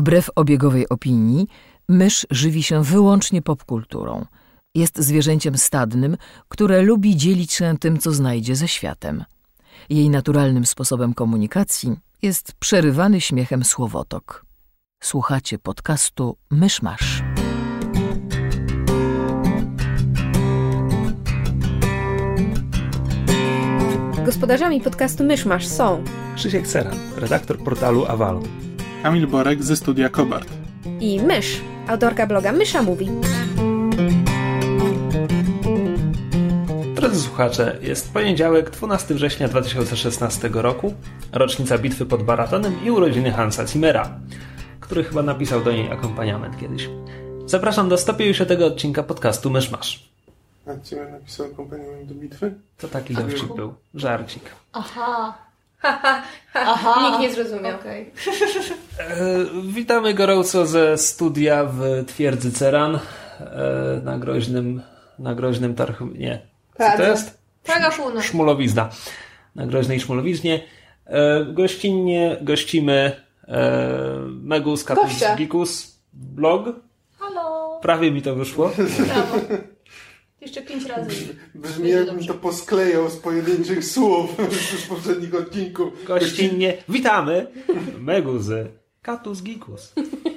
Wbrew obiegowej opinii, mysz żywi się wyłącznie popkulturą. Jest zwierzęciem stadnym, które lubi dzielić się tym, co znajdzie ze światem. Jej naturalnym sposobem komunikacji jest przerywany śmiechem słowotok. Słuchacie podcastu Mysz Masz. Gospodarzami podcastu Mysz Masz są Krzysiek Ceran, redaktor portalu Avalon, Kamil Borek ze studia Kobart i Mysz, autorka bloga Mysza Mówi. Drodzy słuchacze, jest poniedziałek, 12 września 2016 roku, rocznica bitwy pod Baratonem i urodziny Hansa Zimmera, który chyba napisał do niej akompaniament kiedyś. Zapraszam do 150 odcinka podcastu Mysz Masz. A Zimmer napisał akompaniament do bitwy? To taki dowcip był. Żarcik. Aha. Aha. Nikt nie zrozumiał. Okay. Witamy gorąco ze studia w twierdzy Ceran na groźnym nie. Co to jest? Szmulowizna. Na groźnej szmulowiźnie. Gościnnie gościmy Megus Katus Gikus blog. Halo. Prawie mi to wyszło. Brawo. Jeszcze 5 razy. Brzmi jakbym to posklejał z pojedynczych słów z poprzednich odcinków. Gościnnie witamy Megus Katus Gikus.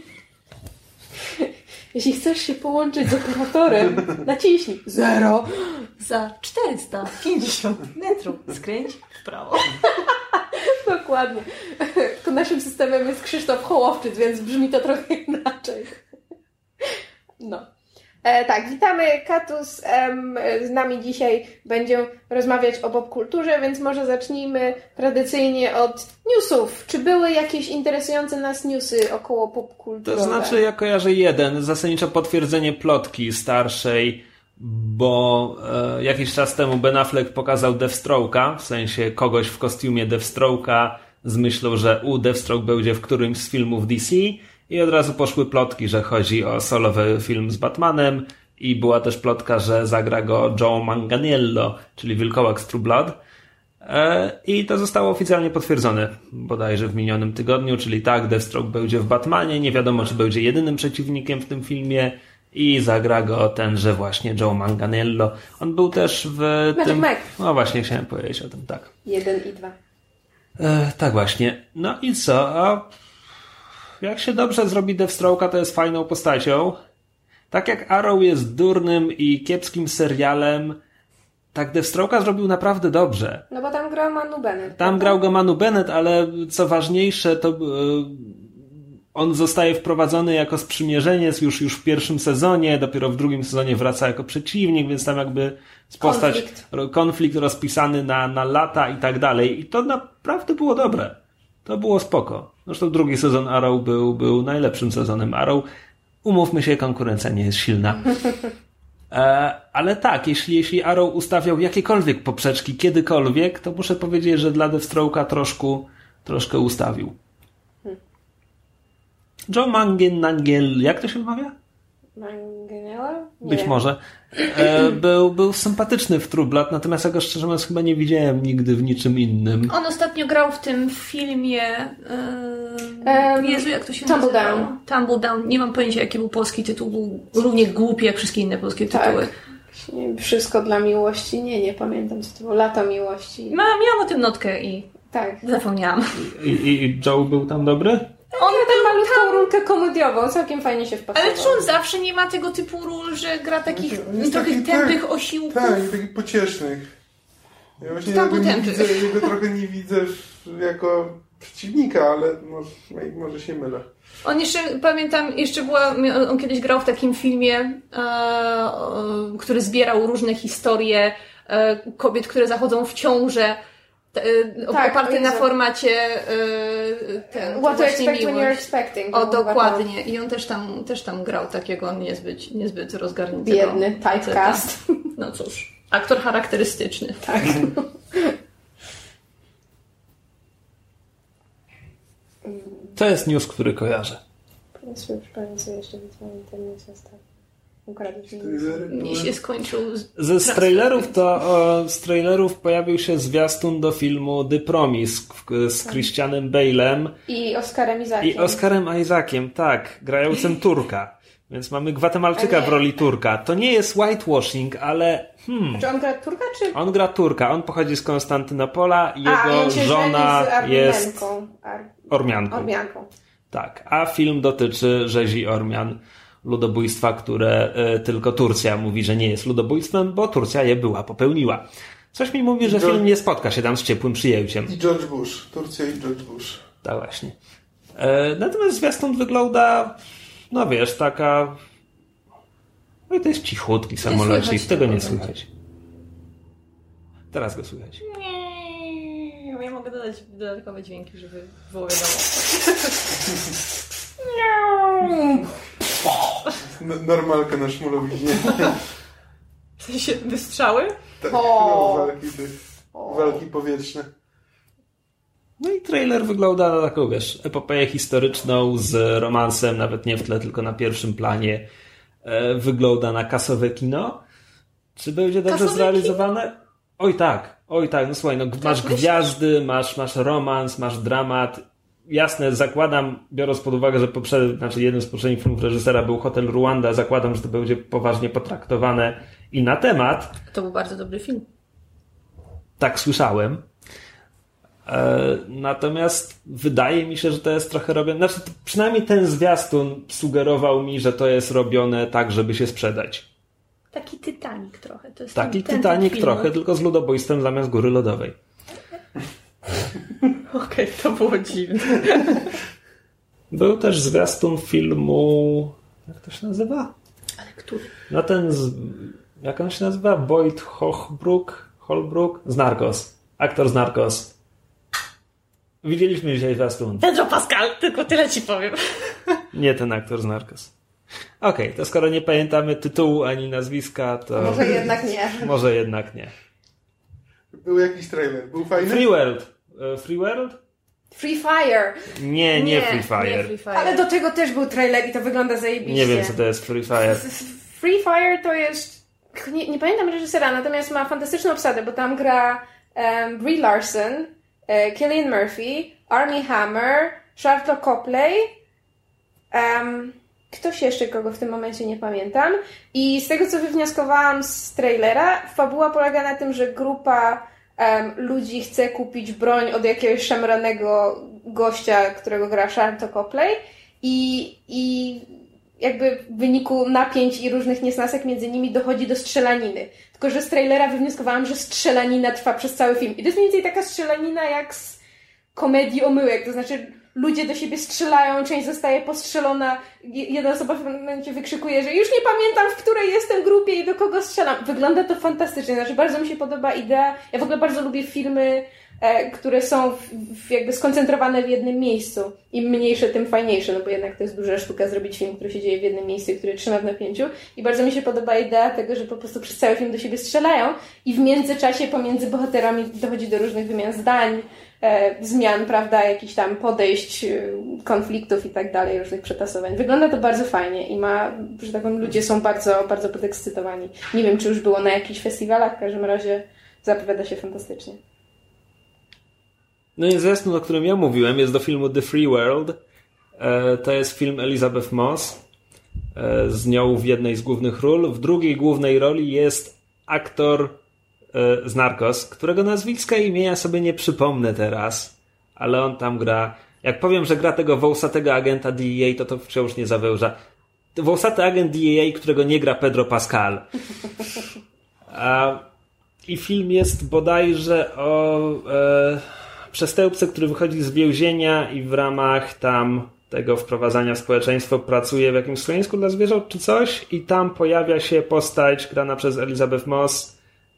Jeśli chcesz się połączyć z operatorem, naciśnij 0 za 450 metrów. Skręć w prawo. Dokładnie. To naszym systemem jest Krzysztof Hołowczyc, więc brzmi to trochę inaczej. No. Tak, witamy. Katus z nami dzisiaj będzie rozmawiać o popkulturze, więc może zacznijmy tradycyjnie od newsów. Czy były jakieś interesujące nas newsy około popkulturowe? To znaczy, ja kojarzę jeden, zasadniczo potwierdzenie plotki starszej, bo jakiś czas temu Ben Affleck pokazał Deathstroke'a, w sensie kogoś w kostiumie Deathstroke'a z myślą, że Deathstroke będzie w którymś z filmów DC. I od razu poszły plotki, że chodzi o solowy film z Batmanem i była też plotka, że zagra go Joe Manganiello, czyli wilkołak z True Blood. I to zostało oficjalnie potwierdzone bodajże w minionym tygodniu, czyli tak, Deathstroke będzie w Batmanie, nie wiadomo, czy będzie jedynym przeciwnikiem w tym filmie i zagra go tenże właśnie Joe Manganiello. On był też w tym... Mac. No właśnie, chciałem powiedzieć o tym, tak. 1 i 2. Tak właśnie. No i co? A jak się dobrze zrobi Deathstroke'a, to jest fajną postacią. Tak jak Arrow jest durnym i kiepskim serialem, tak Deathstroke'a zrobił naprawdę dobrze. No bo tam grał Manu Bennett. Tam grał go Manu Bennett, ale co ważniejsze, to on zostaje wprowadzony jako sprzymierzeniec już w pierwszym sezonie, dopiero w drugim sezonie wraca jako przeciwnik, więc tam jakby konflikt rozpisany na lata i tak dalej. I to naprawdę było dobre. To było spoko. Zresztą drugi sezon Arrow był najlepszym sezonem Arrow. Umówmy się, konkurencja nie jest silna. Ale tak, jeśli Arrow ustawiał jakiekolwiek poprzeczki kiedykolwiek, to muszę powiedzieć, że dla Deathstroke'a troszkę ustawił. Joe Manganiello, jak to się wymawia? Manganiello? Być może. Był sympatyczny w True Blood, natomiast ja go szczerze mówiąc chyba nie widziałem nigdy w niczym innym. On ostatnio grał w tym filmie Jezu, jak to się nazywa? Tumble Down. Nie mam pojęcia, jaki był polski tytuł. Był równie głupi jak wszystkie inne polskie tytuły. Wszystko dla miłości. Nie pamiętam, co to było. Lato miłości. Miałam o tym notkę i tak. Zapomniałam. I Joe był tam dobry? On tę malutką rulkę komediową, całkiem fajnie się wpasował. Ale czy on zawsze nie ma tego typu ról, że gra takich trochę tępych osiłków? Tak, takich pociesznych. Ja właśnie jego trochę nie widzę jako przeciwnika, ale może się mylę. On jeszcze, pamiętam, on kiedyś grał w takim filmie, który zbierał różne historie kobiet, które zachodzą w ciążę. Oparte na formacie What to expect when you're expecting. O, dokładnie. I on też tam grał takiego niezbyt rozgarniętego. Biedny typecast. No cóż, aktor charakterystyczny. Tak. To jest news, który kojarzę. Przypomnę sobie jeszcze widziałem ten news ostatnio. ukradł. Nie się skończył. Z trailerów pojawił się zwiastun do filmu The Promise z Christianem Bale'em i Oscarem Isaaciem, tak, grającym Turka. Więc mamy Gwatemalczyka w roli Turka. To nie jest whitewashing, ale... Czy on gra Turka, czy... On gra Turka. On pochodzi z Konstantynopola i jego żona jest Ormianką. Tak, a film dotyczy rzezi Ormian. Ludobójstwa, które tylko Turcja mówi, że nie jest ludobójstwem, bo Turcja je popełniła. Coś mi mówi, że film nie spotka się tam z ciepłym przyjęciem. I George Bush. Turcja i George Bush. Tak właśnie. Natomiast zwiastun wygląda, no wiesz, taka... No i to jest cichutki samolocik, z tego nie słychać. Teraz go słychać. Ja mogę dodać dodatkowe dźwięki, żeby było wiadomo. Normalka na szmulowiźnie. W sensie wystrzały? Tak, walki powietrzne. No i trailer wygląda na taką, wiesz, epopeję historyczną z romansem, nawet nie w tle, tylko na pierwszym planie. Wygląda na kasowe kino. Czy będzie dobrze zrealizowane? Oj tak, no słuchaj, no masz gwiazdy, masz romans, masz dramat. Jasne, zakładam, biorąc pod uwagę, że jednym z poprzednich filmów reżysera był Hotel Rwanda, zakładam, że to będzie poważnie potraktowane i na temat. To był bardzo dobry film. Tak słyszałem. Natomiast wydaje mi się, że to jest trochę robione... Znaczy, przynajmniej ten zwiastun sugerował mi, że to jest robione tak, żeby się sprzedać. Taki Titanic trochę. To jest taki Titanic trochę, tylko z ludobójstwem zamiast góry lodowej. Okej, to było dziwne. Był też zwiastun filmu... Jak to się nazywa? Ale który? No jak on się nazywa? Boyd Holbrook? Z Narcos. Aktor z Narcos. Widzieliśmy dzisiaj zwiastun. Pedro Pascal, tylko tyle ci powiem. Nie ten aktor z Narcos. Okej, to skoro nie pamiętamy tytułu ani nazwiska, to... Może jednak nie. Może jednak nie. Był jakiś trailer. Był fajny? Free World? Free Fire. Nie Free Fire. Nie Free Fire. Ale do tego też był trailer i to wygląda zajebiście. Nie wiem, co to jest Free Fire. Free Fire to jest... Nie pamiętam reżysera, natomiast ma fantastyczną obsadę, bo tam gra Brie Larson, Cillian Murphy, Armie Hammer, Charlotte Copley, ktoś jeszcze, kogo w tym momencie nie pamiętam. I z tego, co wywnioskowałam z trailera, fabuła polega na tym, że grupa ludzi chce kupić broń od jakiegoś szemranego gościa, którego gra Charlotte Copley i jakby w wyniku napięć i różnych niesnasek między nimi dochodzi do strzelaniny. Tylko, że z trailera wywnioskowałam, że strzelanina trwa przez cały film. I to jest mniej więcej taka strzelanina jak z komedii omyłek. To znaczy ludzie do siebie strzelają, część zostaje postrzelona, jedna osoba w pewnym momencie wykrzykuje, że już nie pamiętam, w której jestem grupie i do kogo strzelam. Wygląda to fantastycznie. Znaczy bardzo mi się podoba idea. Ja w ogóle bardzo lubię filmy, które są jakby skoncentrowane w jednym miejscu. Im mniejsze, tym fajniejsze, no bo jednak to jest duża sztuka zrobić film, który się dzieje w jednym miejscu i który trzyma w napięciu. I bardzo mi się podoba idea tego, że po prostu przez cały film do siebie strzelają i w międzyczasie pomiędzy bohaterami dochodzi do różnych wymian zdań, zmian, prawda, jakichś tam podejść, konfliktów i tak dalej, różnych przetasowań. Wygląda to bardzo fajnie i ma, że tak powiem, ludzie są bardzo, bardzo podekscytowani. Nie wiem, czy już było na jakichś festiwalach, w każdym razie zapowiada się fantastycznie. No i zwiastun, o którym ja mówiłem, jest do filmu The Free World. To jest film Elizabeth Moss z nią w jednej z głównych ról. W drugiej głównej roli jest aktor z Narcos, którego nazwiska i imienia sobie nie przypomnę teraz, ale on tam gra... Jak powiem, że gra tego wąsatego agenta DEA, to wciąż nie zawęża. Wąsaty agent DEA, którego nie gra Pedro Pascal. I film jest bodajże o przestępcy, który wychodzi z więzienia i w ramach tam tego wprowadzania w społeczeństwo pracuje w jakimś schronisku dla zwierząt czy coś i tam pojawia się postać grana przez Elizabeth Moss,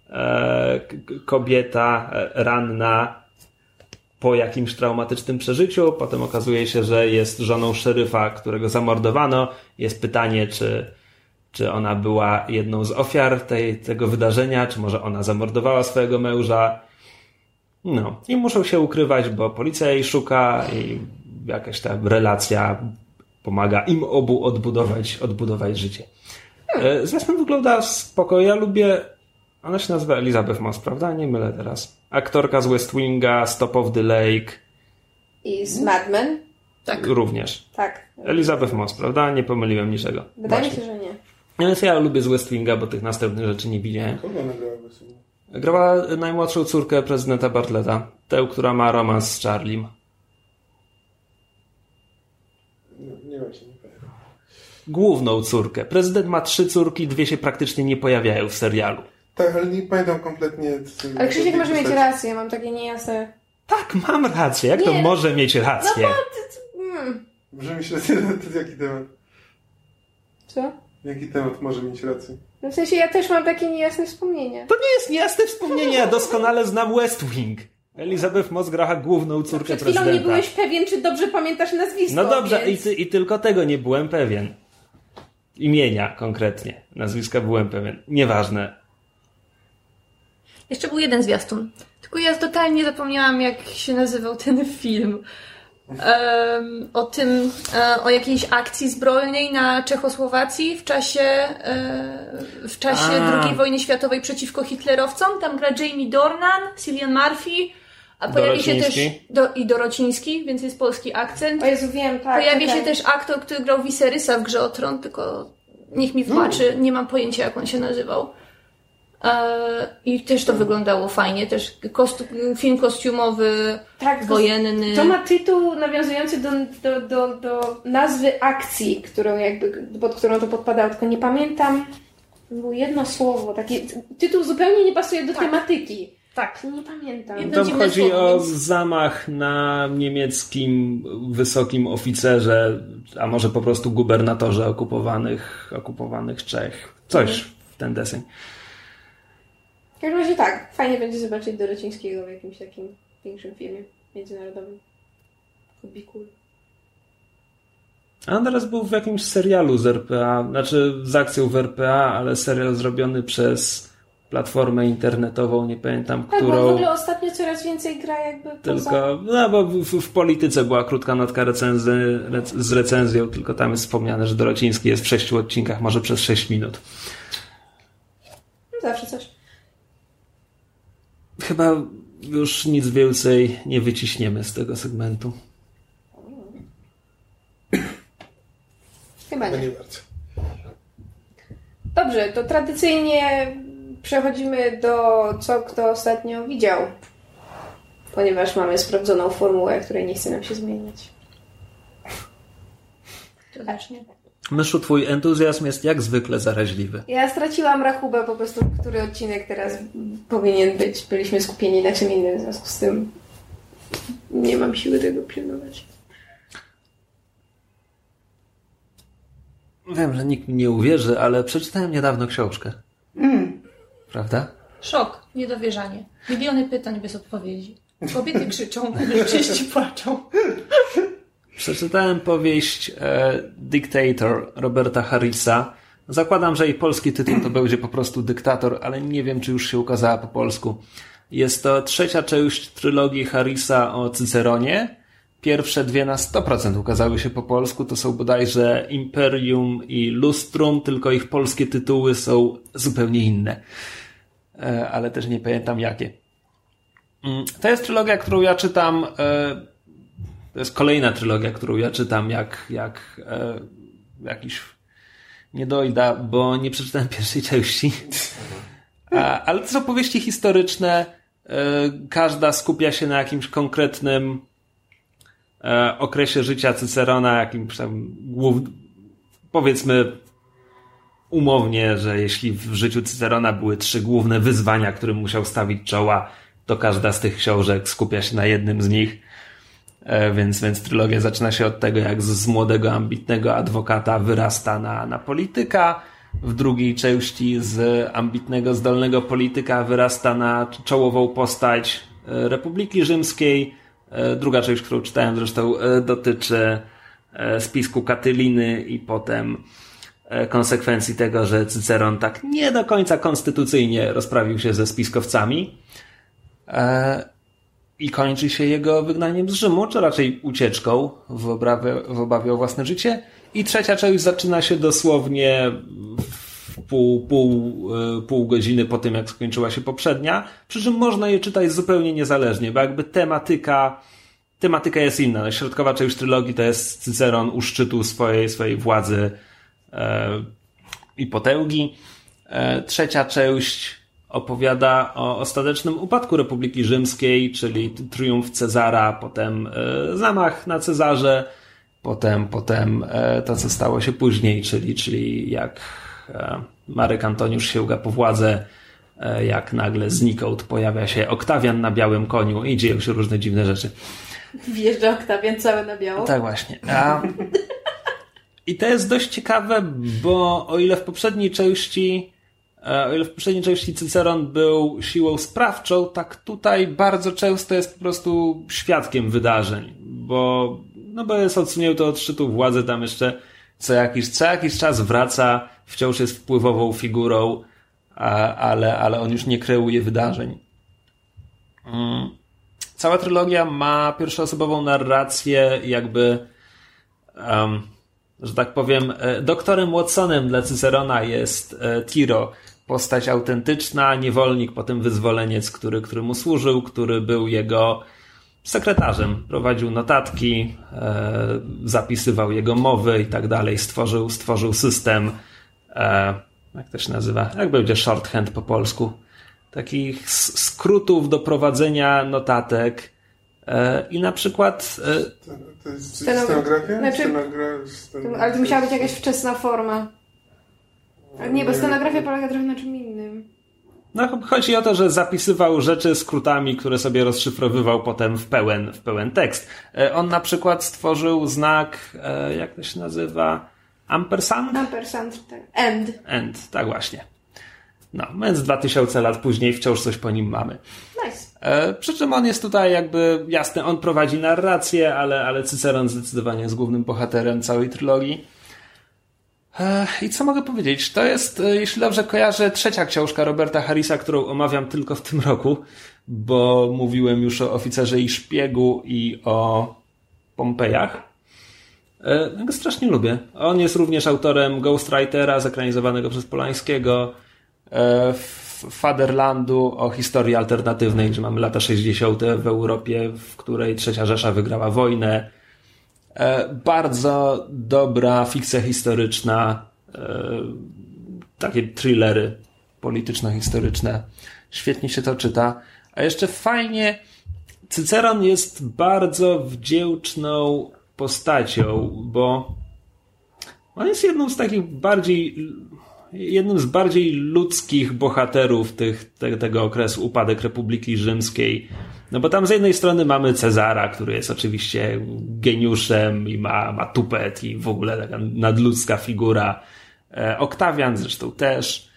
kobieta ranna po jakimś traumatycznym przeżyciu. Potem okazuje się, że jest żoną szeryfa, którego zamordowano. Jest pytanie, czy ona była jedną z ofiar tego wydarzenia, czy może ona zamordowała swojego męża. No i muszą się ukrywać, bo policja jej szuka i jakaś ta relacja pomaga im obu odbudować życie. Zwiastun wygląda spoko. Ja lubię... Ona się nazywa Elizabeth Moss, prawda? Nie mylę teraz. Aktorka z West Winga, Stop of the Lake. I z Mad Men? Tak. Również. Tak. Elizabeth Moss, prawda? Nie pomyliłem niczego. Wydaje mi się, że nie. Więc ja lubię z West Winga, bo tych następnych rzeczy nie widziałem. Kogo ona grała West Winga? Grała najmłodszą córkę prezydenta Bartletta. Tę, która ma romans z Charliem. Nie wiem, się nie pamiętam. Główną córkę. Prezydent ma 3 córki, 2 się praktycznie nie pojawiają w serialu. Tak, ale nie pamiętam kompletnie. Ale Krzysiek może mieć rację, mam takie niejasne... Tak, mam rację. Jak to może mieć rację? Może mieć rację, to jaki temat? Co? Jaki temat może mieć rację? No w sensie ja też mam takie niejasne wspomnienia. To nie jest niejasne wspomnienie, ja doskonale znam West Wing. Elizabeth Moss grała główną córkę Przed prezydenta. chwilą nie byłeś pewien, czy dobrze pamiętasz nazwisko. No dobrze, więc... i tylko tego nie byłem pewien. Imienia konkretnie. Nazwiska byłem pewien. Nieważne. Jeszcze był jeden zwiastun. Tylko ja totalnie zapomniałam, jak się nazywał ten film. O jakiejś akcji zbrojnej na Czechosłowacji w czasie II wojny światowej przeciwko hitlerowcom. Tam gra Jamie Dornan, Cillian Murphy, a pojawi się też Dorociński, więc jest polski akcent. O Jezu, wiem, tak. Pojawi się też aktor, który grał Viserysa w Grze o Tron, tylko niech mi wbaczy, nie mam pojęcia, jak on się nazywał. I też to wyglądało fajnie, też film kostiumowy, wojenny. To ma tytuł nawiązujący do nazwy akcji, pod którą to podpadało, tylko nie pamiętam. Było jedno słowo, taki tytuł zupełnie nie pasuje do tematyki. Tak. Nie pamiętam. Tam chodzi o zamach na niemieckim wysokim oficerze, a może po prostu gubernatorze okupowanych Czech. Coś w ten deseń. W każdym razie tak, fajnie będzie zobaczyć Dorocińskiego w jakimś takim większym filmie międzynarodowym. Could be cool. A on teraz był w jakimś serialu z RPA, znaczy z akcją w RPA, ale serial zrobiony przez platformę internetową, nie pamiętam, którą... Tak, bo w ogóle ostatnio coraz więcej gra jakby tylko, no bo w polityce była krótka notka z recenzją, tylko tam jest wspomniane, że Dorociński jest w 6 odcinkach, może przez 6 minut. Zawsze coś. Chyba już nic więcej nie wyciśniemy z tego segmentu. Chyba nie. Nie bardzo. Dobrze, to tradycyjnie przechodzimy do co kto ostatnio widział. Ponieważ mamy sprawdzoną formułę, której nie chce nam się zmieniać. To zacznie. Myszu, twój entuzjazm jest jak zwykle zaraźliwy. Ja straciłam rachubę po prostu, który odcinek teraz powinien być. Byliśmy skupieni na czym innym, w związku z tym nie mam siły tego pilnować. Wiem, że nikt mi nie uwierzy, ale przeczytałem niedawno książkę. Prawda? Szok, niedowierzanie. Miliony pytań bez odpowiedzi. Kobiety krzyczą, mężczyźni płaczą. Przeczytałem powieść Dictator Roberta Harrisa. Zakładam, że jej polski tytuł to będzie po prostu Dyktator, ale nie wiem, czy już się ukazała po polsku. Jest to 3. część trylogii Harrisa o Cyceronie. Pierwsze 2 na 100% ukazały się po polsku. To są bodajże Imperium i Lustrum, tylko ich polskie tytuły są zupełnie inne. Ale też nie pamiętam jakie. To jest trylogia, którą ja czytam... To jest kolejna trylogia, którą ja czytam jak jakiś niedojda, bo nie przeczytałem pierwszej części. Ale to są powieści historyczne. Każda skupia się na jakimś konkretnym okresie życia Cycerona, jakimś tam powiedzmy umownie, że jeśli w życiu Cycerona były 3 główne wyzwania, którym musiał stawić czoła, to każda z tych książek skupia się na jednym z nich. Więc trylogia zaczyna się od tego, jak z młodego, ambitnego adwokata wyrasta na polityka. W drugiej części z ambitnego, zdolnego polityka wyrasta na czołową postać Republiki Rzymskiej. Druga część, którą czytałem zresztą, dotyczy spisku Katyliny i potem konsekwencji tego, że Cyceron tak nie do końca konstytucyjnie rozprawił się ze spiskowcami. I kończy się jego wygnaniem z Rzymu, czy raczej ucieczką w obawie o własne życie. I 3. część zaczyna się dosłownie pół godziny po tym, jak skończyła się poprzednia, przy czym można je czytać zupełnie niezależnie, bo jakby tematyka jest inna. Środkowa część trylogii to jest Cyceron u szczytu swojej władzy i potęgi. Trzecia część opowiada o ostatecznym upadku Republiki Rzymskiej, czyli triumf Cezara, potem zamach na Cezarze, potem to, co stało się później, czyli jak Marek Antoniusz sięga po władzę, jak nagle znikąd pojawia się Oktawian na białym koniu i dzieją się różne dziwne rzeczy. Wjeżdża Oktawian cały na biało. Tak właśnie. I to jest dość ciekawe, bo o ile w poprzedniej części Cyceron był siłą sprawczą, tak tutaj bardzo często jest po prostu świadkiem wydarzeń, bo jest odsunięty od szczytu władzy, tam jeszcze co jakiś czas wraca, wciąż jest wpływową figurą, ale on już nie kreuje wydarzeń. Cała trylogia ma pierwszoosobową narrację, jakby że tak powiem, doktorem Watsonem dla Cycerona jest Tiro, postać autentyczna, niewolnik, potem wyzwoleniec, który mu służył, który był jego sekretarzem, prowadził notatki, zapisywał jego mowy i tak dalej, stworzył system, jak to się nazywa, jak będzie shorthand po polsku, takich skrótów do prowadzenia notatek i na przykład... To jest stenografia? Ale to musiała być jakaś wczesna forma. Nie, bo scenografia polega trochę na czym innym. No, chodzi o to, że zapisywał rzeczy skrótami, które sobie rozszyfrowywał potem w pełen tekst. On na przykład stworzył znak, jak to się nazywa? Ampersand? Ampersand, tak. End, tak właśnie. No, więc 2000 lat później wciąż coś po nim mamy. Nice. Przy czym on jest tutaj jakby, jasne, on prowadzi narrację, ale Cyceron zdecydowanie jest głównym bohaterem całej trylogii. I co mogę powiedzieć? To jest, jeśli dobrze kojarzę, trzecia książka Roberta Harrisa, którą omawiam tylko w tym roku, bo mówiłem już o Oficerze i Szpiegu i o Pompejach. Ja go strasznie lubię. On jest również autorem Ghostwritera, zekranizowanego przez Polańskiego, Fatherlandu, o historii alternatywnej, gdzie mamy lata 60. w Europie, w której Trzecia Rzesza wygrała wojnę. Bardzo dobra fikcja historyczna, takie thrillery polityczno-historyczne. Świetnie się to czyta. A jeszcze fajnie, Cyceron jest bardzo wdzięczną postacią, bo on jest jednym z bardziej ludzkich bohaterów tego okresu, upadek Republiki Rzymskiej. No bo tam z jednej strony mamy Cezara, który jest oczywiście geniuszem i ma tupet i w ogóle taka nadludzka figura. Oktawian zresztą też.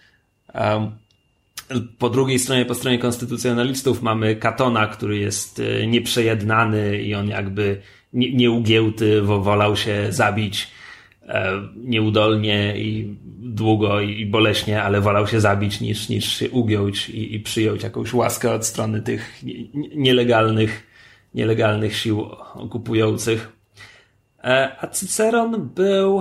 Po drugiej stronie, po stronie konstytucjonalistów mamy Katona, który jest nieprzejednany i on jakby nieugięty, wolał się zabić nieudolnie i długo i boleśnie, ale wolał się zabić niż się ugiąć i przyjąć jakąś łaskę od strony tych nielegalnych sił okupujących. A Cyceron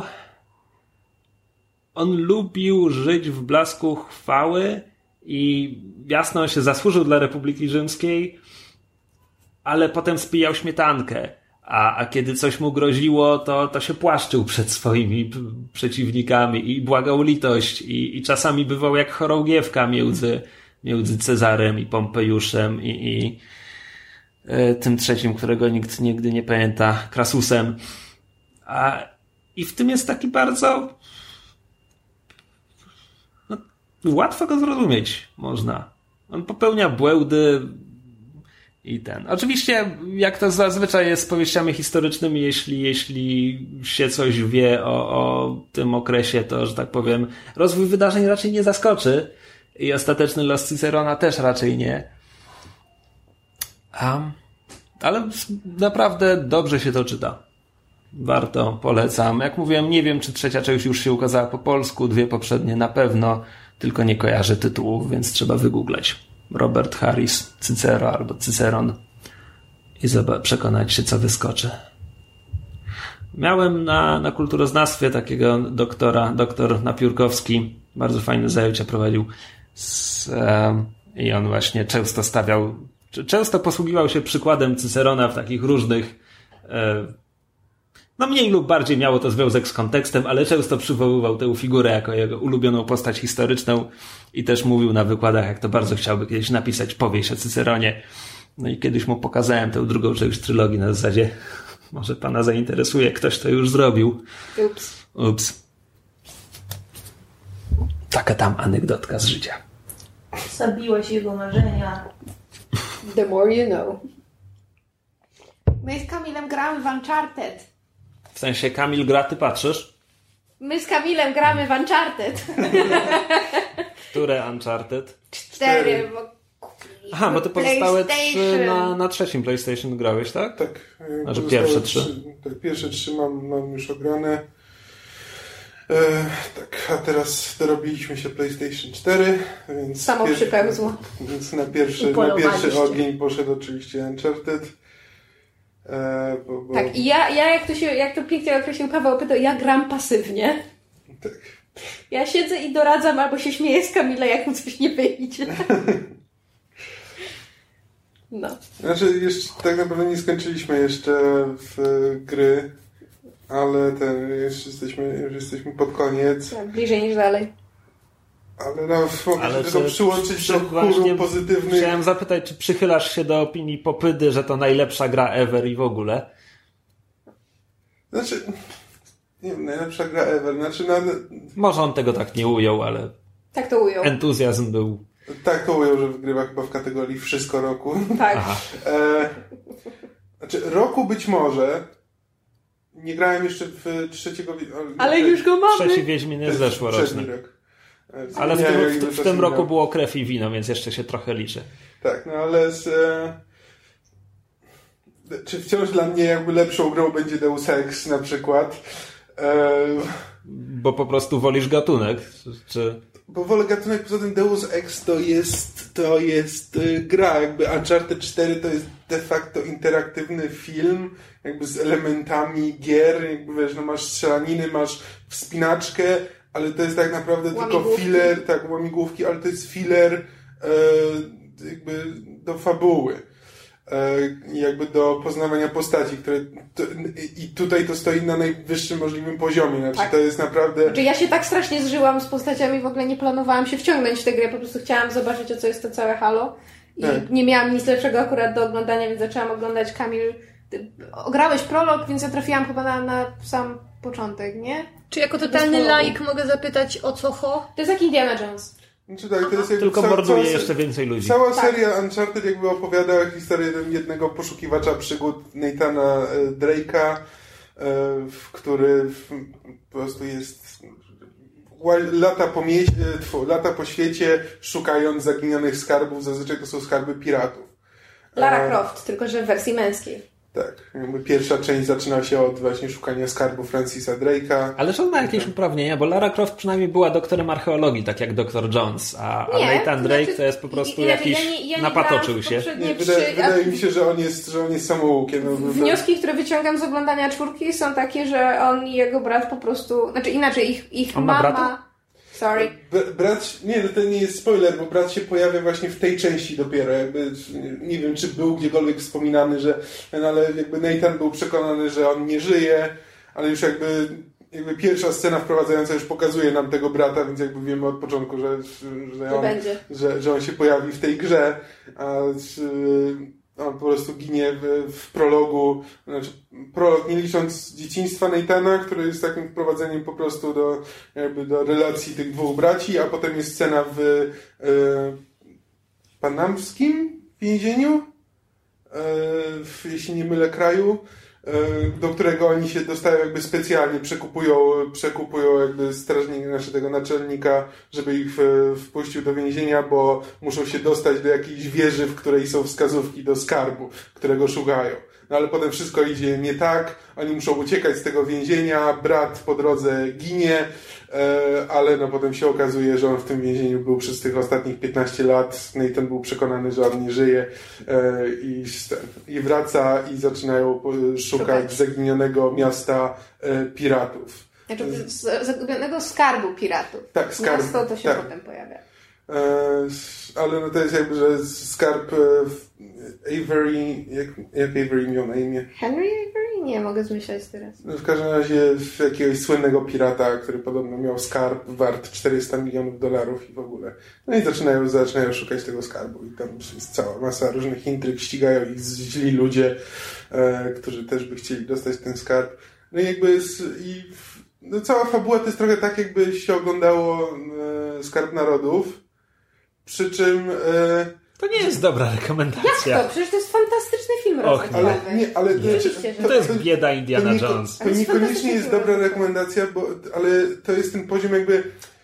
on lubił żyć w blasku chwały i jasno on się zasłużył dla Republiki Rzymskiej, ale potem spijał śmietankę. A kiedy coś mu groziło, to się płaszczył przed swoimi przeciwnikami i błagał litość i czasami bywał jak chorągiewka między Cezarem i Pompejuszem i tym trzecim, którego nikt nigdy nie pamięta, Krasusem. I w tym jest taki bardzo łatwo go zrozumieć można. On popełnia błędy i oczywiście, jak to zazwyczaj jest z powieściami historycznymi, jeśli się coś wie o tym okresie, to, że tak powiem, rozwój wydarzeń raczej nie zaskoczy i ostateczny los Cycerona też raczej nie. Ale naprawdę dobrze się to czyta. Warto, polecam. Jak mówiłem, nie wiem, czy trzecia część już się ukazała po polsku, 2 poprzednie na pewno, tylko nie kojarzę tytułów, więc trzeba wygooglać. Robert Harris, Cycero albo Cyceron i przekonać się, co wyskoczy. Miałem na kulturoznawstwie takiego doktor Napiórkowski, bardzo fajne zajęcia prowadził i on właśnie często posługiwał się przykładem Cycerona w takich różnych mniej lub bardziej miało to związek z kontekstem, ale często przywoływał tę figurę jako jego ulubioną postać historyczną i też mówił na wykładach, jak to bardzo chciałby kiedyś napisać powieść o Cyceronie. No i kiedyś mu pokazałem tę drugą część trylogii na zasadzie może pana zainteresuje, ktoś to już zrobił. Ups. Taka tam anegdotka z życia. Zabiłeś jego marzenia. The more you know. My z Kamilem gramy w Uncharted. W sensie Kamil gra, ty patrzysz? My z Kamilem gramy w Uncharted. Które Uncharted? 4, bo aha, bo te pozostałe 3 na trzecim PlayStation grałeś, tak? Tak. Znaczy pierwsze 3. Tak, pierwsze 3 mam już ograne. Tak, a teraz dorobiliśmy się PlayStation 4, więc... Samo przypełzło. Więc na pierwszy ogień poszedł oczywiście Uncharted. Tak, i ja jak to pięknie określił Paweł, ja gram pasywnie. Tak. Ja siedzę i doradzam albo się śmieję z Kamila, jak mu coś nie wyjdzie. No. Znaczy, jeszcze tak naprawdę nie skończyliśmy jeszcze w gry, ale już jesteśmy pod koniec. Tak, bliżej niż dalej. Ale mogę się to przyłączyć do chóru pozytywnych. Chciałem zapytać, czy przychylasz się do opinii Popydy, że to najlepsza gra ever i w ogóle? Znaczy, nie wiem, najlepsza gra ever. Znaczy, może on tego tak nie ujął, ale tak to ujął. Entuzjazm był. Tak to ujął, że wygrywa chyba w kategorii wszystko roku. Tak. Znaczy, roku być może. Nie grałem jeszcze w trzeciego... Ale już go mamy. Trzeci Wiedźmin jest zeszłoroczny. Ale w tym roku było krew i wino, więc jeszcze się trochę liczy. Tak, no ale czy wciąż dla mnie jakby lepszą grą będzie Deus Ex na przykład? Bo po prostu wolisz gatunek? Czy... Bo wolę gatunek, poza tym Deus Ex to jest gra, jakby Uncharted 4 to jest de facto interaktywny film, jakby z elementami gier, jakby wiesz, no masz strzelaniny, masz wspinaczkę, ale to jest tak naprawdę tylko filler, tak, łamigłówki, ale to jest filler jakby do fabuły. Jakby do poznawania postaci, i tutaj to stoi na najwyższym możliwym poziomie. Znaczy, tak. To jest naprawdę... Znaczy, ja się tak strasznie zżyłam z postaciami, w ogóle nie planowałam się wciągnąć w tę grę, po prostu chciałam zobaczyć, o co jest to całe Halo. I nie miałam nic lepszego akurat do oglądania, więc zaczęłam oglądać. Kamil, grałeś prolog, więc ja trafiłam chyba na sam początek, nie? Czy jako totalny laik mogę zapytać, o co ho? To jest jak Indiana Jones. Znaczy tak, to jest jakby tylko morduje jeszcze więcej ludzi. Cała seria Uncharted jakby opowiada historię jednego poszukiwacza przygód Nathana Drake'a, który po prostu jest lata po świecie szukając zaginionych skarbów. Zazwyczaj to są skarby piratów. Lara Croft, tylko że w wersji męskiej. Tak, jakby pierwsza część zaczyna się od właśnie szukania skarbu Francisa Drake'a. Ale czy on ma jakieś uprawnienia? Bo Lara Croft przynajmniej była doktorem archeologii, tak jak Dr. Jones, a Nathan Drake to jest po prostu jakiś napatoczył się. Wydaje mi się, że on jest samoukiem. Wnioski, które wyciągam z oglądania 4 są takie, że on i jego brat po prostu, znaczy inaczej, ich on mama... ma brata? Sorry. Brat, to nie jest spoiler, bo brat się pojawia właśnie w tej części dopiero. Jakby, nie wiem, czy był gdziekolwiek wspominany, ale jakby Nathan był przekonany, że on nie żyje, ale już jakby pierwsza scena wprowadzająca już pokazuje nam tego brata, więc jakby wiemy od początku, że on się pojawi w tej grze, a on po prostu ginie w prologu. Znaczy, prolog nie licząc dzieciństwa Nathana, który jest takim wprowadzeniem po prostu do relacji tych dwóch braci, a potem jest scena w panamskim więzieniu, jeśli nie mylę kraju, do którego oni się dostają jakby specjalnie, przekupują jakby tego naczelnika, żeby ich wpuścił do więzienia, bo muszą się dostać do jakiejś wieży, w której są wskazówki do skarbu, którego szukają. No ale potem wszystko idzie nie tak, oni muszą uciekać z tego więzienia, brat po drodze ginie, ale potem się okazuje, że on w tym więzieniu był przez tych ostatnich 15 lat. Nathan był przekonany, że on nie żyje i wraca i zaczynają szukać zaginionego miasta piratów. Znaczy z zagubionego skarbu piratów. Tak, skarb. Miasto to się tak. potem pojawia. Ale no to jest jakby, że skarb Avery, jak Avery miał na imię? Henry Avery? Nie, mogę zmyślać teraz. No w każdym razie jakiegoś słynnego pirata, który podobno miał skarb wart $400 milionów i w ogóle. No i zaczynają szukać tego skarbu i tam jest cała masa różnych intryg, ścigają ich źli ludzie, którzy też by chcieli dostać ten skarb. No i jakby no cała fabuła to jest trochę tak, jakby się oglądało Skarb Narodów, przy czym... To nie jest dobra rekomendacja. Jak to? Przecież to jest fantastyczny film rozrywkowy. To jest bieda Indiana Jones. To niekoniecznie jest dobra rekomendacja, ale to jest ten poziom jakby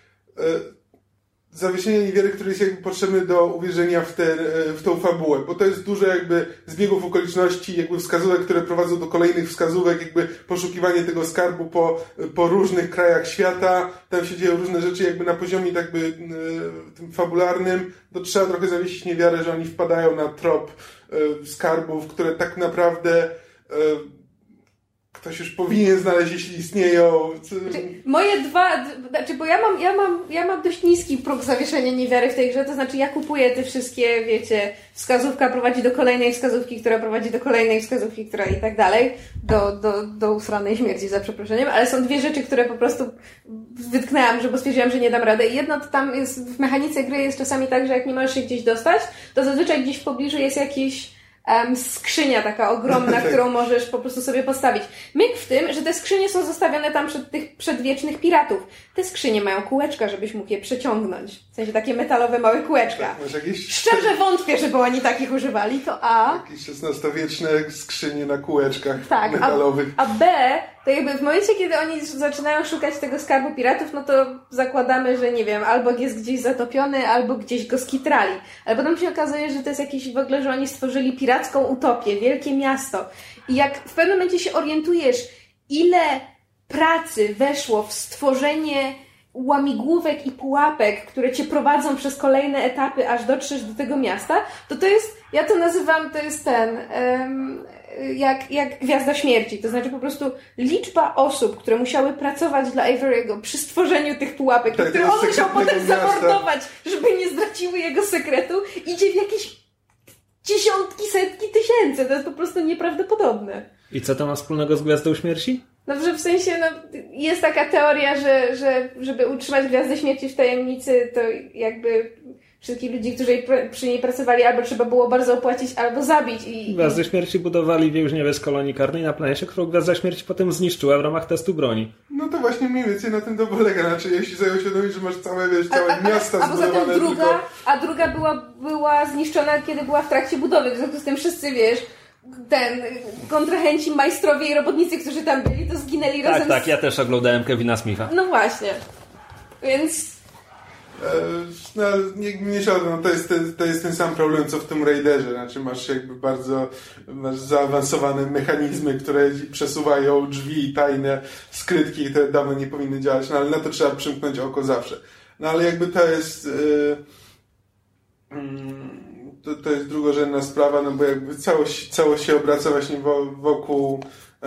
zawieszenia niewiary, który jest jakby potrzebny do uwierzenia w tą fabułę, bo to jest dużo jakby zbiegów okoliczności, jakby wskazówek, które prowadzą do kolejnych wskazówek, jakby poszukiwanie tego skarbu po różnych krajach świata, tam się dzieją różne rzeczy jakby na poziomie jakby tym fabularnym, to trzeba trochę zawiesić niewiarę, że oni wpadają na trop skarbów, które tak naprawdę ktoś już powinien znaleźć, jeśli istnieją. Moje bo ja mam dość niski próg zawieszenia niewiary w tej grze, to znaczy ja kupuję te wszystkie, wiecie, wskazówka prowadzi do kolejnej wskazówki, która prowadzi do kolejnej wskazówki, która i tak dalej, do usranej śmierci, za przeproszeniem, ale są dwie rzeczy, które po prostu wytknęłam, bo stwierdziłam, że nie dam rady. I jedno to tam jest, w mechanice gry jest czasami tak, że jak nie możesz się gdzieś dostać, to zazwyczaj gdzieś w pobliżu jest jakiś skrzynia taka ogromna, którą możesz po prostu sobie postawić. Myk w tym, że te skrzynie są zostawione tam przed tych przedwiecznych piratów. Te skrzynie mają kółeczka, żebyś mógł je przeciągnąć. W sensie takie metalowe małe kółeczka. Szczerze wątpię, żeby oni takich używali, to A. Jakieś XVI-wieczne skrzynie na kółeczkach metalowych. A B, to jakby w momencie, kiedy oni zaczynają szukać tego skarbu piratów, no to zakładamy, że nie wiem, albo jest gdzieś zatopiony, albo gdzieś go skitrali. Ale potem się okazuje, że to jest jakieś w ogóle, że oni stworzyli piracką utopię, wielkie miasto. I jak w pewnym momencie się orientujesz, ile pracy weszło w stworzenie łamigłówek i pułapek, które cię prowadzą przez kolejne etapy, aż dotrzesz do tego miasta, to jest, ja to nazywam, to jest jak Gwiazda Śmierci. To znaczy po prostu liczba osób, które musiały pracować dla Avery'ego przy stworzeniu tych pułapek, które on musiał potem zamordować, żeby nie zdradziły jego sekretu, idzie w jakieś dziesiątki, setki tysięcy. To jest po prostu nieprawdopodobne. I co to ma wspólnego z Gwiazdą Śmierci? No, że w sensie, jest taka teoria, że żeby utrzymać Gwiazdę Śmierci w tajemnicy, to jakby wszystkich ludzi, którzy przy niej pracowali, albo trzeba było bardzo opłacić, albo zabić. Gwiazdę Śmierci budowali więźniowie z kolonii karnej na planecie, którą Gwiazda Śmierci potem zniszczyła w ramach testu broni. No to właśnie mniej więcej na tym to polega. Znaczy, jeśli sobie uświadomić, że masz całe miasta zbudowane a druga była zniszczona, kiedy była w trakcie budowy. W związku z tym wszyscy, kontrahenci, majstrowie i robotnicy, którzy tam byli, to zginęli razem. Tak, ja też oglądałem Kevina Smitha. No właśnie. Więc... to jest ten sam problem, co w Tomb Raiderze. Znaczy masz jakby masz zaawansowane mechanizmy, które przesuwają drzwi, tajne skrytki, które dawno nie powinny działać, ale na to trzeba przymknąć oko zawsze. No ale jakby to jest to jest drugorzędna sprawa, no bo jakby całość się obraca właśnie wokół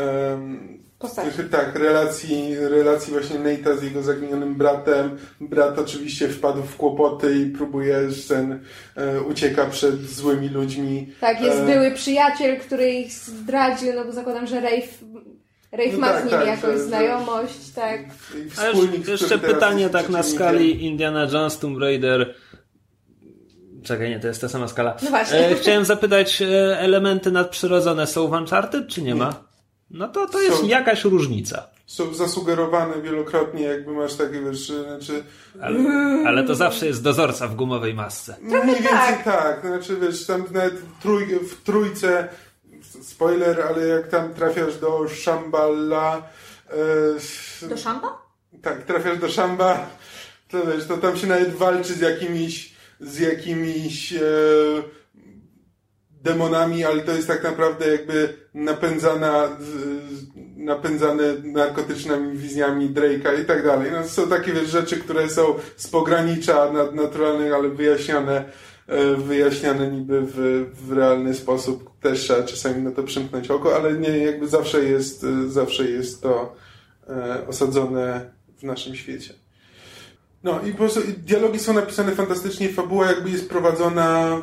relacji właśnie Nate'a z jego zaginionym bratem. Brat oczywiście wpadł w kłopoty i próbuje, ucieka przed złymi ludźmi. Tak, jest były przyjaciel, który ich zdradził, no bo zakładam, że Rafe ma z nim jakąś znajomość, tak. Ale jeszcze pytanie tak na skali Indiana Jones, Tomb Raider. Czekaj, nie, to jest ta sama skala. No właśnie. Chciałem zapytać, elementy nadprzyrodzone są w Uncharted, czy nie ma? No to jest jakaś różnica. Są zasugerowane wielokrotnie, jakby masz takie, Ale to zawsze jest dozorca w gumowej masce. Mniej więcej tak. Znaczy, tam nawet w trójce, spoiler, ale jak tam trafiasz do Shambhala... Do Shamba? Tak, trafiasz do Shamba, to tam się nawet walczy z jakimiś demonami, ale to jest tak naprawdę jakby napędzane narkotycznymi wizjami Drake'a i tak dalej. No, są takie rzeczy, które są z pogranicza naturalnych, ale wyjaśniane niby w realny sposób. Też trzeba czasami na to przymknąć oko, ale nie, jakby zawsze jest to osadzone w naszym świecie. No i po prostu dialogi są napisane fantastycznie, fabuła jakby jest prowadzona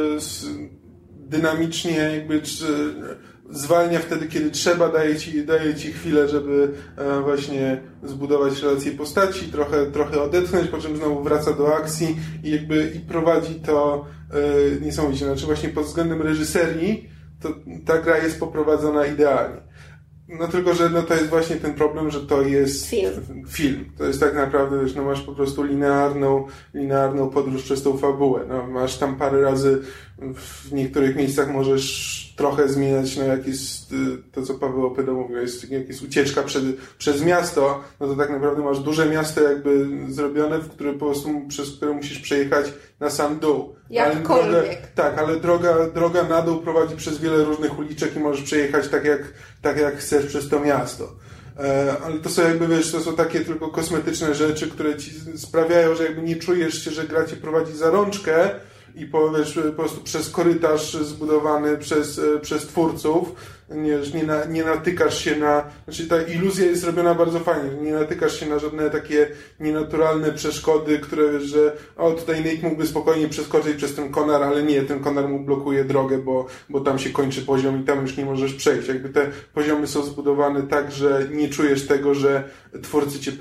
dynamicznie, jakby zwalnia wtedy, kiedy trzeba, daje ci chwilę, żeby właśnie zbudować relacje postaci, trochę odetchnąć, po czym znowu wraca do akcji i prowadzi to niesamowicie. Znaczy właśnie pod względem reżyserii to ta gra jest poprowadzona idealnie. No tylko, że to jest właśnie ten problem, że to jest film. To jest tak naprawdę, masz po prostu linearną podróż przez tą fabułę. No, masz tam parę razy w niektórych miejscach możesz trochę zmieniać, jak jest to, co Paweł Opydo mówił, jak jest ucieczka przez miasto, no to tak naprawdę masz duże miasto jakby zrobione, przez które musisz przejechać na sam dół. Jakkolwiek. Ale droga na dół prowadzi przez wiele różnych uliczek i możesz przejechać tak jak chcesz przez to miasto. Ale to są to są takie tylko kosmetyczne rzeczy, które ci sprawiają, że jakby nie czujesz się, że gra cię prowadzi za rączkę i po prostu przez korytarz zbudowany przez twórców nie natykasz się na... Znaczy ta iluzja jest robiona bardzo fajnie, nie natykasz się na żadne takie nienaturalne przeszkody, które że tutaj Nate mógłby spokojnie przeskoczyć przez ten konar, ale nie, ten konar mu blokuje drogę, bo tam się kończy poziom i tam już nie możesz przejść. Jakby te poziomy są zbudowane tak, że nie czujesz tego, że twórcy cię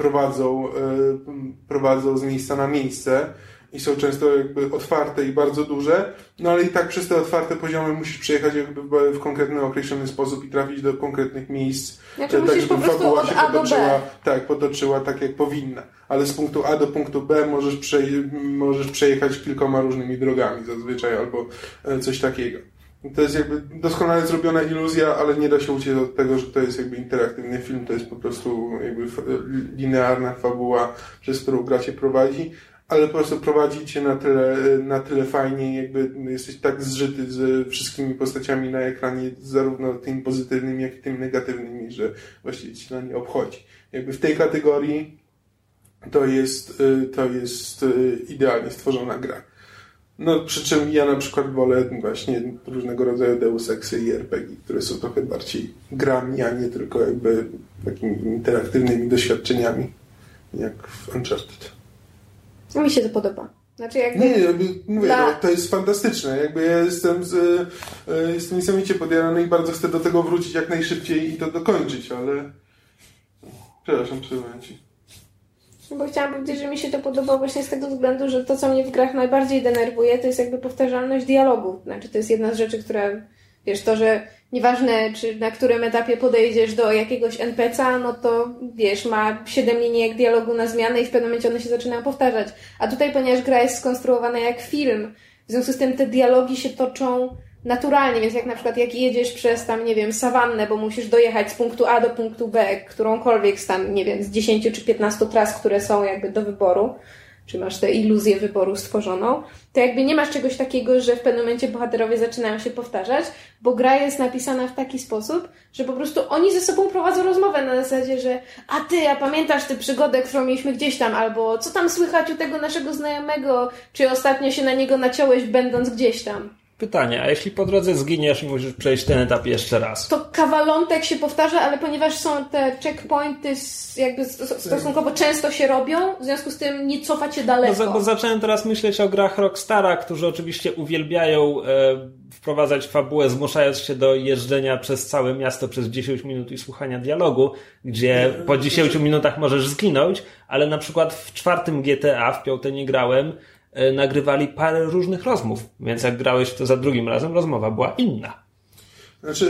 prowadzą z miejsca na miejsce. I są często jakby otwarte i bardzo duże, no ale i tak przez te otwarte poziomy musisz przejechać jakby w konkretny, określony sposób i trafić do konkretnych miejsc. Znaczy musisz po prostu od A do B. Potoczyła tak jak powinna. Ale z punktu A do punktu B możesz przejechać kilkoma różnymi drogami zazwyczaj albo coś takiego. To jest jakby doskonale zrobiona iluzja, ale nie da się uciec od tego, że to jest jakby interaktywny film, to jest po prostu jakby linearna fabuła, przez którą gra cię prowadzi. Ale po prostu prowadzi cię na tyle fajnie, jakby jesteś tak zżyty z wszystkimi postaciami na ekranie, zarówno tymi pozytywnymi, jak i tymi negatywnymi, że właściwie ci na nie obchodzi. Jakby w tej kategorii to jest idealnie stworzona gra. No, przy czym ja na przykład wolę właśnie różnego rodzaju Deus Exy i RPG, które są trochę bardziej grami, a nie tylko jakby takimi interaktywnymi doświadczeniami, jak w Uncharted. Mi się to podoba. Znaczy mówię, to jest fantastyczne. Jakby ja jestem niesamowicie podjarany i bardzo chcę do tego wrócić jak najszybciej i to dokończyć, ale przepraszam, przerwałem ci. Bo chciałam powiedzieć, że mi się to podoba właśnie z tego względu, że to, co mnie w grach najbardziej denerwuje, to jest jakby powtarzalność dialogu. Znaczy to jest jedna z rzeczy, która, to, że nieważne, czy na którym etapie podejdziesz do jakiegoś NPC-a, no to, ma 7 linijek dialogu na zmianę i w pewnym momencie one się zaczynają powtarzać. A tutaj, ponieważ gra jest skonstruowana jak film, w związku z tym te dialogi się toczą naturalnie, więc jak na przykład jak jedziesz przez tam, sawannę, bo musisz dojechać z punktu A do punktu B, którąkolwiek z tam, z 10 czy 15 tras, które są jakby do wyboru, czy masz tę iluzję wyboru stworzoną, to jakby nie masz czegoś takiego, że w pewnym momencie bohaterowie zaczynają się powtarzać, bo gra jest napisana w taki sposób, że po prostu oni ze sobą prowadzą rozmowę na zasadzie, że a pamiętasz tę przygodę, którą mieliśmy gdzieś tam, albo co tam słychać u tego naszego znajomego, czy ostatnio się na niego naciąłeś będąc gdzieś tam. Pytanie, a jeśli po drodze zginiesz i musisz przejść ten etap jeszcze raz? To kawalątek się powtarza, ale ponieważ są te checkpointy jakby stosunkowo często się robią, w związku z tym nie cofa cię daleko. Bo zacząłem teraz myśleć o grach Rockstara, którzy oczywiście uwielbiają wprowadzać fabułę, zmuszając się do jeżdżenia przez całe miasto przez 10 minut i słuchania dialogu, gdzie po 10 minutach możesz zginąć, ale na przykład w 4 GTA, w 5 nie grałem, nagrywali parę różnych rozmów, więc jak grałeś w to za drugim razem, rozmowa była inna. Znaczy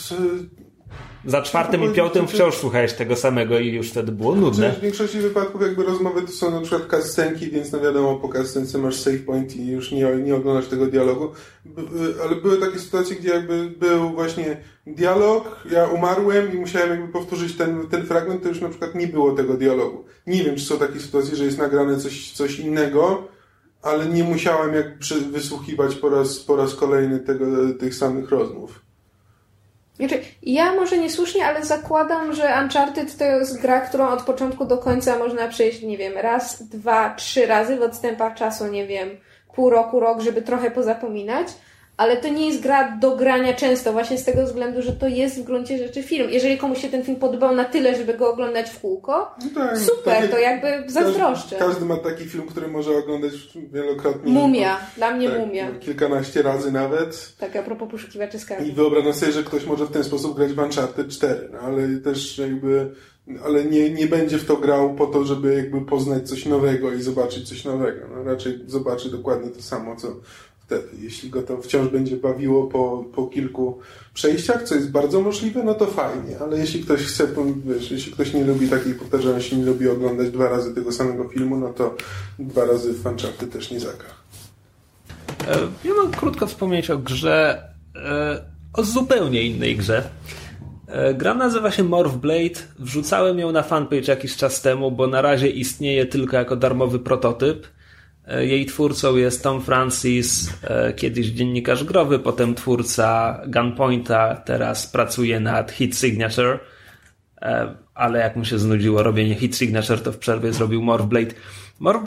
za 4 i 5 wciąż słuchałeś tego samego i już wtedy było nudne. W większości wypadków jakby rozmowy to są na przykład cutscenki, więc no wiadomo, po cutscence masz save point i już nie oglądasz tego dialogu. Ale były takie sytuacje, gdzie jakby był właśnie dialog, ja umarłem i musiałem jakby powtórzyć ten fragment, to już na przykład nie było tego dialogu. Nie wiem, czy są takie sytuacje, że jest nagrane coś innego, ale nie musiałem wysłuchiwać po raz kolejny tych samych rozmów. Znaczy, ja może niesłusznie, ale zakładam, że Uncharted to jest gra, którą od początku do końca można przejść, raz, 2, 3 razy w odstępach czasu, pół roku, rok, żeby trochę pozapominać, ale to nie jest gra do grania często, właśnie z tego względu, że to jest w gruncie rzeczy film. Jeżeli komuś się ten film podobał na tyle, żeby go oglądać w kółko, super, to jakby zazdroszczę. Każdy ma taki film, który może oglądać wielokrotnie. Mumia, dla mnie Mumia. Kilkanaście razy nawet. Tak, a propos poszukiwaczy skarbów. I wyobrażam sobie, że ktoś może w ten sposób grać w Uncharted 4, no, ale też jakby... Ale nie będzie w to grał po to, żeby jakby poznać coś nowego i zobaczyć coś nowego. No, raczej zobaczy dokładnie to samo, co wtedy. Jeśli go to wciąż będzie bawiło po kilku przejściach, co jest bardzo możliwe, no to fajnie. Ale jeśli ktoś chce, wiesz, jeśli ktoś nie lubi takiej powtarzalności, nie lubi oglądać 2 razy tego samego filmu, no to 2 razy w Uncharted też nie zagra. Ja mam krótko wspomnieć o grze, o zupełnie innej grze. Gra nazywa się Morph Blade. Wrzucałem ją na fanpage jakiś czas temu, bo na razie istnieje tylko jako darmowy prototyp. Jej twórcą jest Tom Francis, kiedyś dziennikarz growy, potem twórca Gunpointa, teraz pracuje nad Hit Signature, ale jak mu się znudziło robienie Hit Signature, to w przerwie zrobił Morph Blade. Morph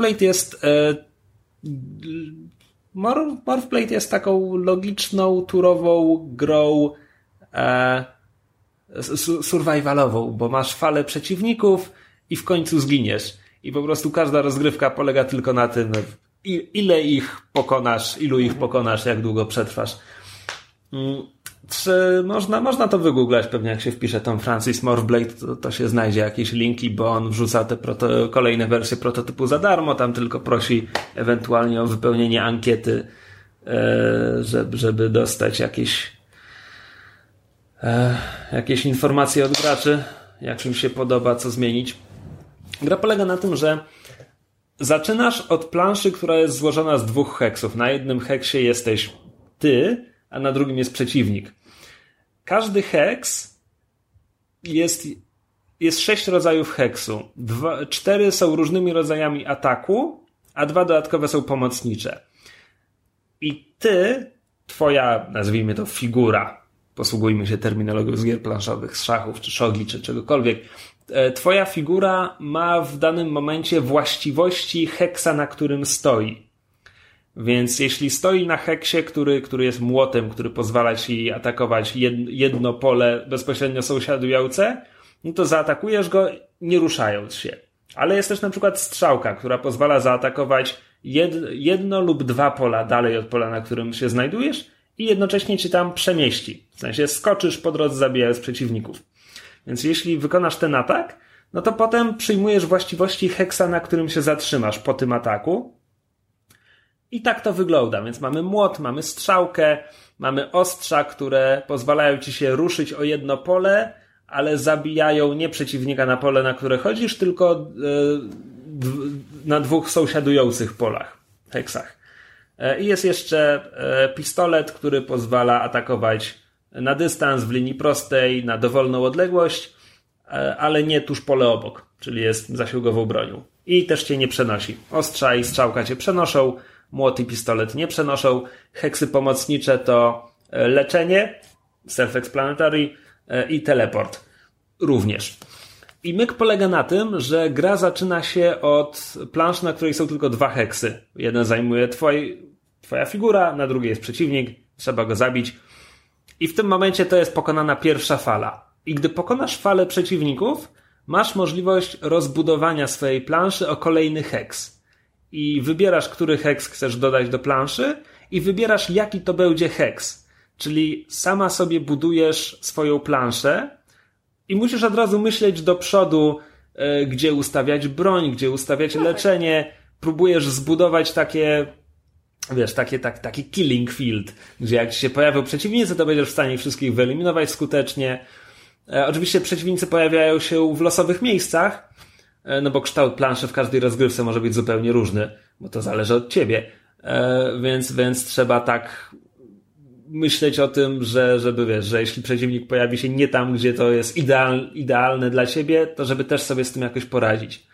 Blade jest taką logiczną, turową grą survivalową, bo masz falę przeciwników i w końcu zginiesz. I po prostu każda rozgrywka polega tylko na tym, ilu ich pokonasz, jak długo przetrwasz. Czy można to wygooglać, pewnie jak się wpisze Tom Francis Morph Blade, to się znajdzie jakieś linki, bo on wrzuca te kolejne wersje prototypu za darmo, tam tylko prosi ewentualnie o wypełnienie ankiety, żeby dostać jakieś informacje od graczy, jak im się podoba, co zmienić. Gra polega na tym, że zaczynasz od planszy, która jest złożona z 2 heksów. Na jednym heksie jesteś ty, a na drugim jest przeciwnik. Każdy heks jest 6 rodzajów heksu. 4 są różnymi rodzajami ataku, a 2 dodatkowe są pomocnicze. I twoja, nazwijmy to figura, posługujmy się terminologią z gier planszowych, z szachów, czy shogi, czy czegokolwiek. Twoja figura ma w danym momencie właściwości heksa, na którym stoi. Więc jeśli stoi na heksie, który jest młotem, który pozwala ci atakować jedno pole bezpośrednio sąsiadujące, no to zaatakujesz go nie ruszając się. Ale jest też na przykład strzałka, która pozwala zaatakować jedno lub 2 pola dalej od pola, na którym się znajdujesz i jednocześnie ci tam przemieści. W sensie skoczysz po drodze, zabijając przeciwników. Więc jeśli wykonasz ten atak, no to potem przyjmujesz właściwości heksa, na którym się zatrzymasz po tym ataku. I tak to wygląda. Więc mamy młot, mamy strzałkę, mamy ostrza, które pozwalają ci się ruszyć o jedno pole, ale zabijają nie przeciwnika na pole, na które chodzisz, tylko na 2 sąsiadujących polach, heksach. I jest jeszcze pistolet, który pozwala atakować na dystans, w linii prostej, na dowolną odległość, ale nie tuż pole obok, czyli jest zasięgową bronią. I też cię nie przenosi. Ostrza i strzałka cię przenoszą, młot i pistolet nie przenoszą. Heksy pomocnicze to leczenie, self-explanatory, i teleport również. I myk polega na tym, że gra zaczyna się od planszy, na której są tylko 2 heksy. Jeden zajmuje twoja figura, na drugiej jest przeciwnik, trzeba go zabić. I w tym momencie to jest pokonana pierwsza fala. I gdy pokonasz falę przeciwników, masz możliwość rozbudowania swojej planszy o kolejny heks. I wybierasz, który heks chcesz dodać do planszy i wybierasz, jaki to będzie heks. Czyli sama sobie budujesz swoją planszę i musisz od razu myśleć do przodu, gdzie ustawiać broń, gdzie ustawiać leczenie. Próbujesz zbudować takie, wiesz, taki killing field, gdzie jak ci się pojawią przeciwnicy, to będziesz w stanie wszystkich wyeliminować skutecznie. Oczywiście przeciwnicy pojawiają się w losowych miejscach, no bo kształt planszy w każdej rozgrywce może być zupełnie różny, bo to zależy od ciebie. Więc trzeba tak myśleć o tym, żeby wiesz, że jeśli przeciwnik pojawi się nie tam, gdzie to jest idealne dla ciebie, to żeby też sobie z tym jakoś poradzić.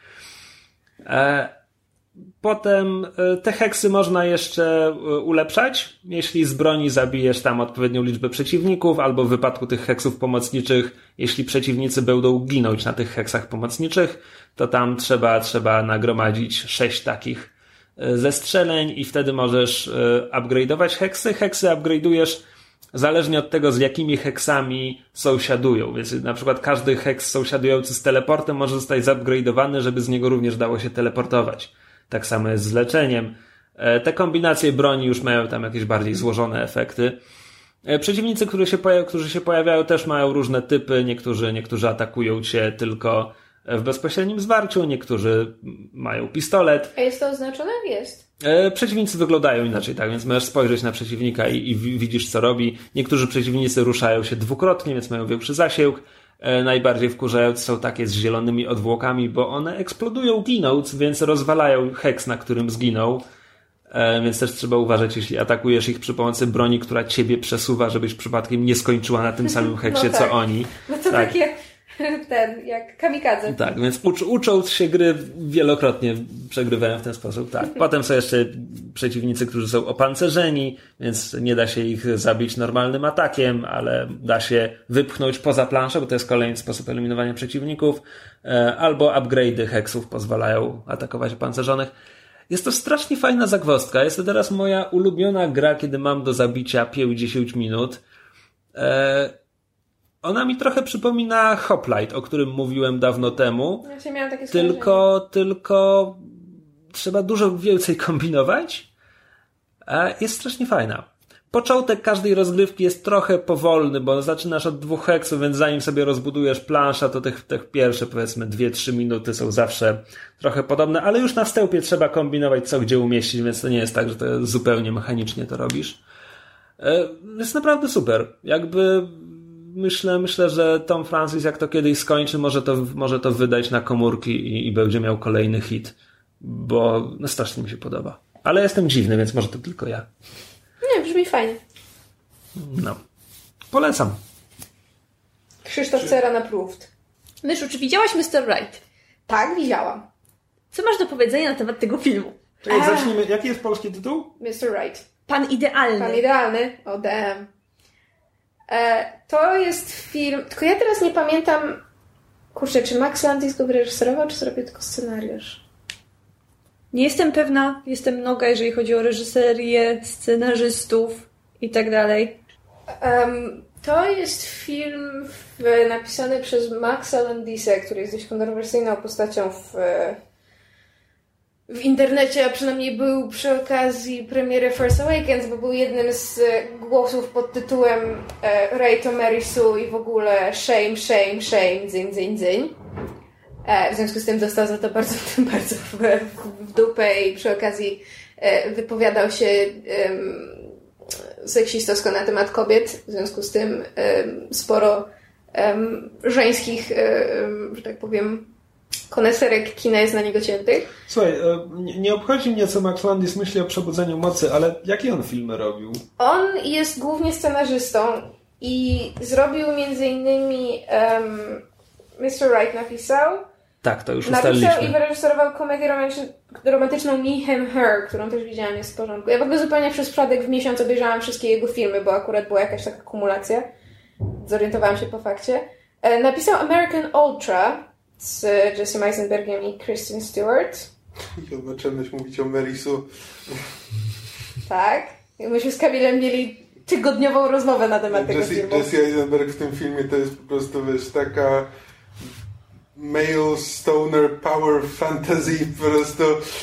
Potem te heksy można jeszcze ulepszać, jeśli z broni zabijesz tam odpowiednią liczbę przeciwników, albo w wypadku tych heksów pomocniczych, jeśli przeciwnicy będą ginąć na tych heksach pomocniczych, to tam trzeba nagromadzić 6 takich zestrzeleń i wtedy możesz upgrade'ować heksy. Heksy upgrade'ujesz zależnie od tego, z jakimi heksami sąsiadują. Więc na przykład każdy heks sąsiadujący z teleportem może zostać zupgrade'owany, żeby z niego również dało się teleportować. Tak samo jest z leczeniem. Te kombinacje broni już mają tam jakieś bardziej złożone efekty. Przeciwnicy, którzy się pojawiają, też mają różne typy. Niektórzy atakują cię tylko w bezpośrednim zwarciu, niektórzy mają pistolet. A jest to oznaczone? Jest. Przeciwnicy wyglądają inaczej, tak, więc możesz spojrzeć na przeciwnika i widzisz, co robi. Niektórzy przeciwnicy ruszają się dwukrotnie, więc mają większy zasięg. Najbardziej wkurzające są takie z zielonymi odwłokami, bo one eksplodują ginąc, więc rozwalają heks, na którym zginął. Więc też trzeba uważać, jeśli atakujesz ich przy pomocy broni, która ciebie przesuwa, żebyś przypadkiem nie skończyła na tym samym heksie, no tak. co oni. No to tak. takie jak kamikadze. Tak, więc ucząc się gry, wielokrotnie przegrywają w ten sposób. Tak. Potem są jeszcze przeciwnicy, którzy są opancerzeni, więc nie da się ich zabić normalnym atakiem, ale da się wypchnąć poza planszę, bo to jest kolejny sposób eliminowania przeciwników, albo upgrade'y heksów pozwalają atakować opancerzonych. Jest to strasznie fajna zagwozdka. Jest to teraz moja ulubiona gra, kiedy mam do zabicia 5-10 minut. Ona mi trochę przypomina Hoplite, o którym mówiłem dawno temu. Ja miałam takie tylko trzeba dużo więcej kombinować. Jest strasznie fajna. Początek każdej rozgrywki jest trochę powolny, bo zaczynasz od 2 heksów, więc zanim sobie rozbudujesz plansza, to tych pierwsze powiedzmy 2-3 minuty są zawsze trochę podobne, ale już na wstępie trzeba kombinować, co gdzie umieścić, więc to nie jest tak, że to zupełnie mechanicznie to robisz. Jest naprawdę super. Jakby myślę, że Tom Francis, jak to kiedyś skończy, może to wydać na komórki i będzie miał kolejny hit, bo strasznie mi się podoba. Ale jestem dziwny, więc może to tylko ja. Nie, brzmi fajnie. No. Polecam. Krzysztof Ceran approved. Myszu, czy widziałaś Mr. Right? Tak, widziałam. Co masz do powiedzenia na temat tego filmu? Czekaj, zacznijmy. Jaki jest polski tytuł? Mr. Right. Pan idealny. Pan idealny. O, damn. To jest film... Tylko ja teraz nie pamiętam... Kurczę, czy Max Landis go wyreżyserował, czy zrobił tylko scenariusz? Nie jestem pewna. Jestem noga, jeżeli chodzi o reżyserię, scenarzystów i tak dalej. To jest film napisany przez Maxa Landisa, który jest dość kontrowersyjną postacią w internecie, a przynajmniej był przy okazji premiery Force Awakens, bo był jednym z głosów pod tytułem Rey to Mary Sue i w ogóle shame, shame, shame, dzyń, dzyń, dzyń. W związku z tym dostał za to bardzo, bardzo w dupę i przy okazji wypowiadał się seksistowsko na temat kobiet. W związku z tym sporo żeńskich, że tak powiem, koneserek kina jest na niego ciętych. Słuchaj, nie obchodzi mnie, co Max Landis myśli o Przebudzeniu Mocy, ale jakie on filmy robił? On jest głównie scenarzystą i zrobił m.in. Mr. Right napisał. Tak, to już ustaliliśmy. Napisał i wyreżyserował komedię romantyczną Me, Him, Her, którą też widziałam, jest w porządku. Ja w ogóle zupełnie przez przypadek w miesiąc obejrzałam wszystkie jego filmy, bo akurat była jakaś taka kumulacja. Zorientowałam się po fakcie. Napisał American Ultra z Jesse Eisenbergiem i Kristen Stewart. Ja zaczęłaś mówić o Mary Sue. Tak. Myśmy z Kamilem mieli tygodniową rozmowę na temat tego filmu. Jesse Eisenberg w tym filmie to jest po prostu, wiesz, taka male stoner power fantasy, po prostu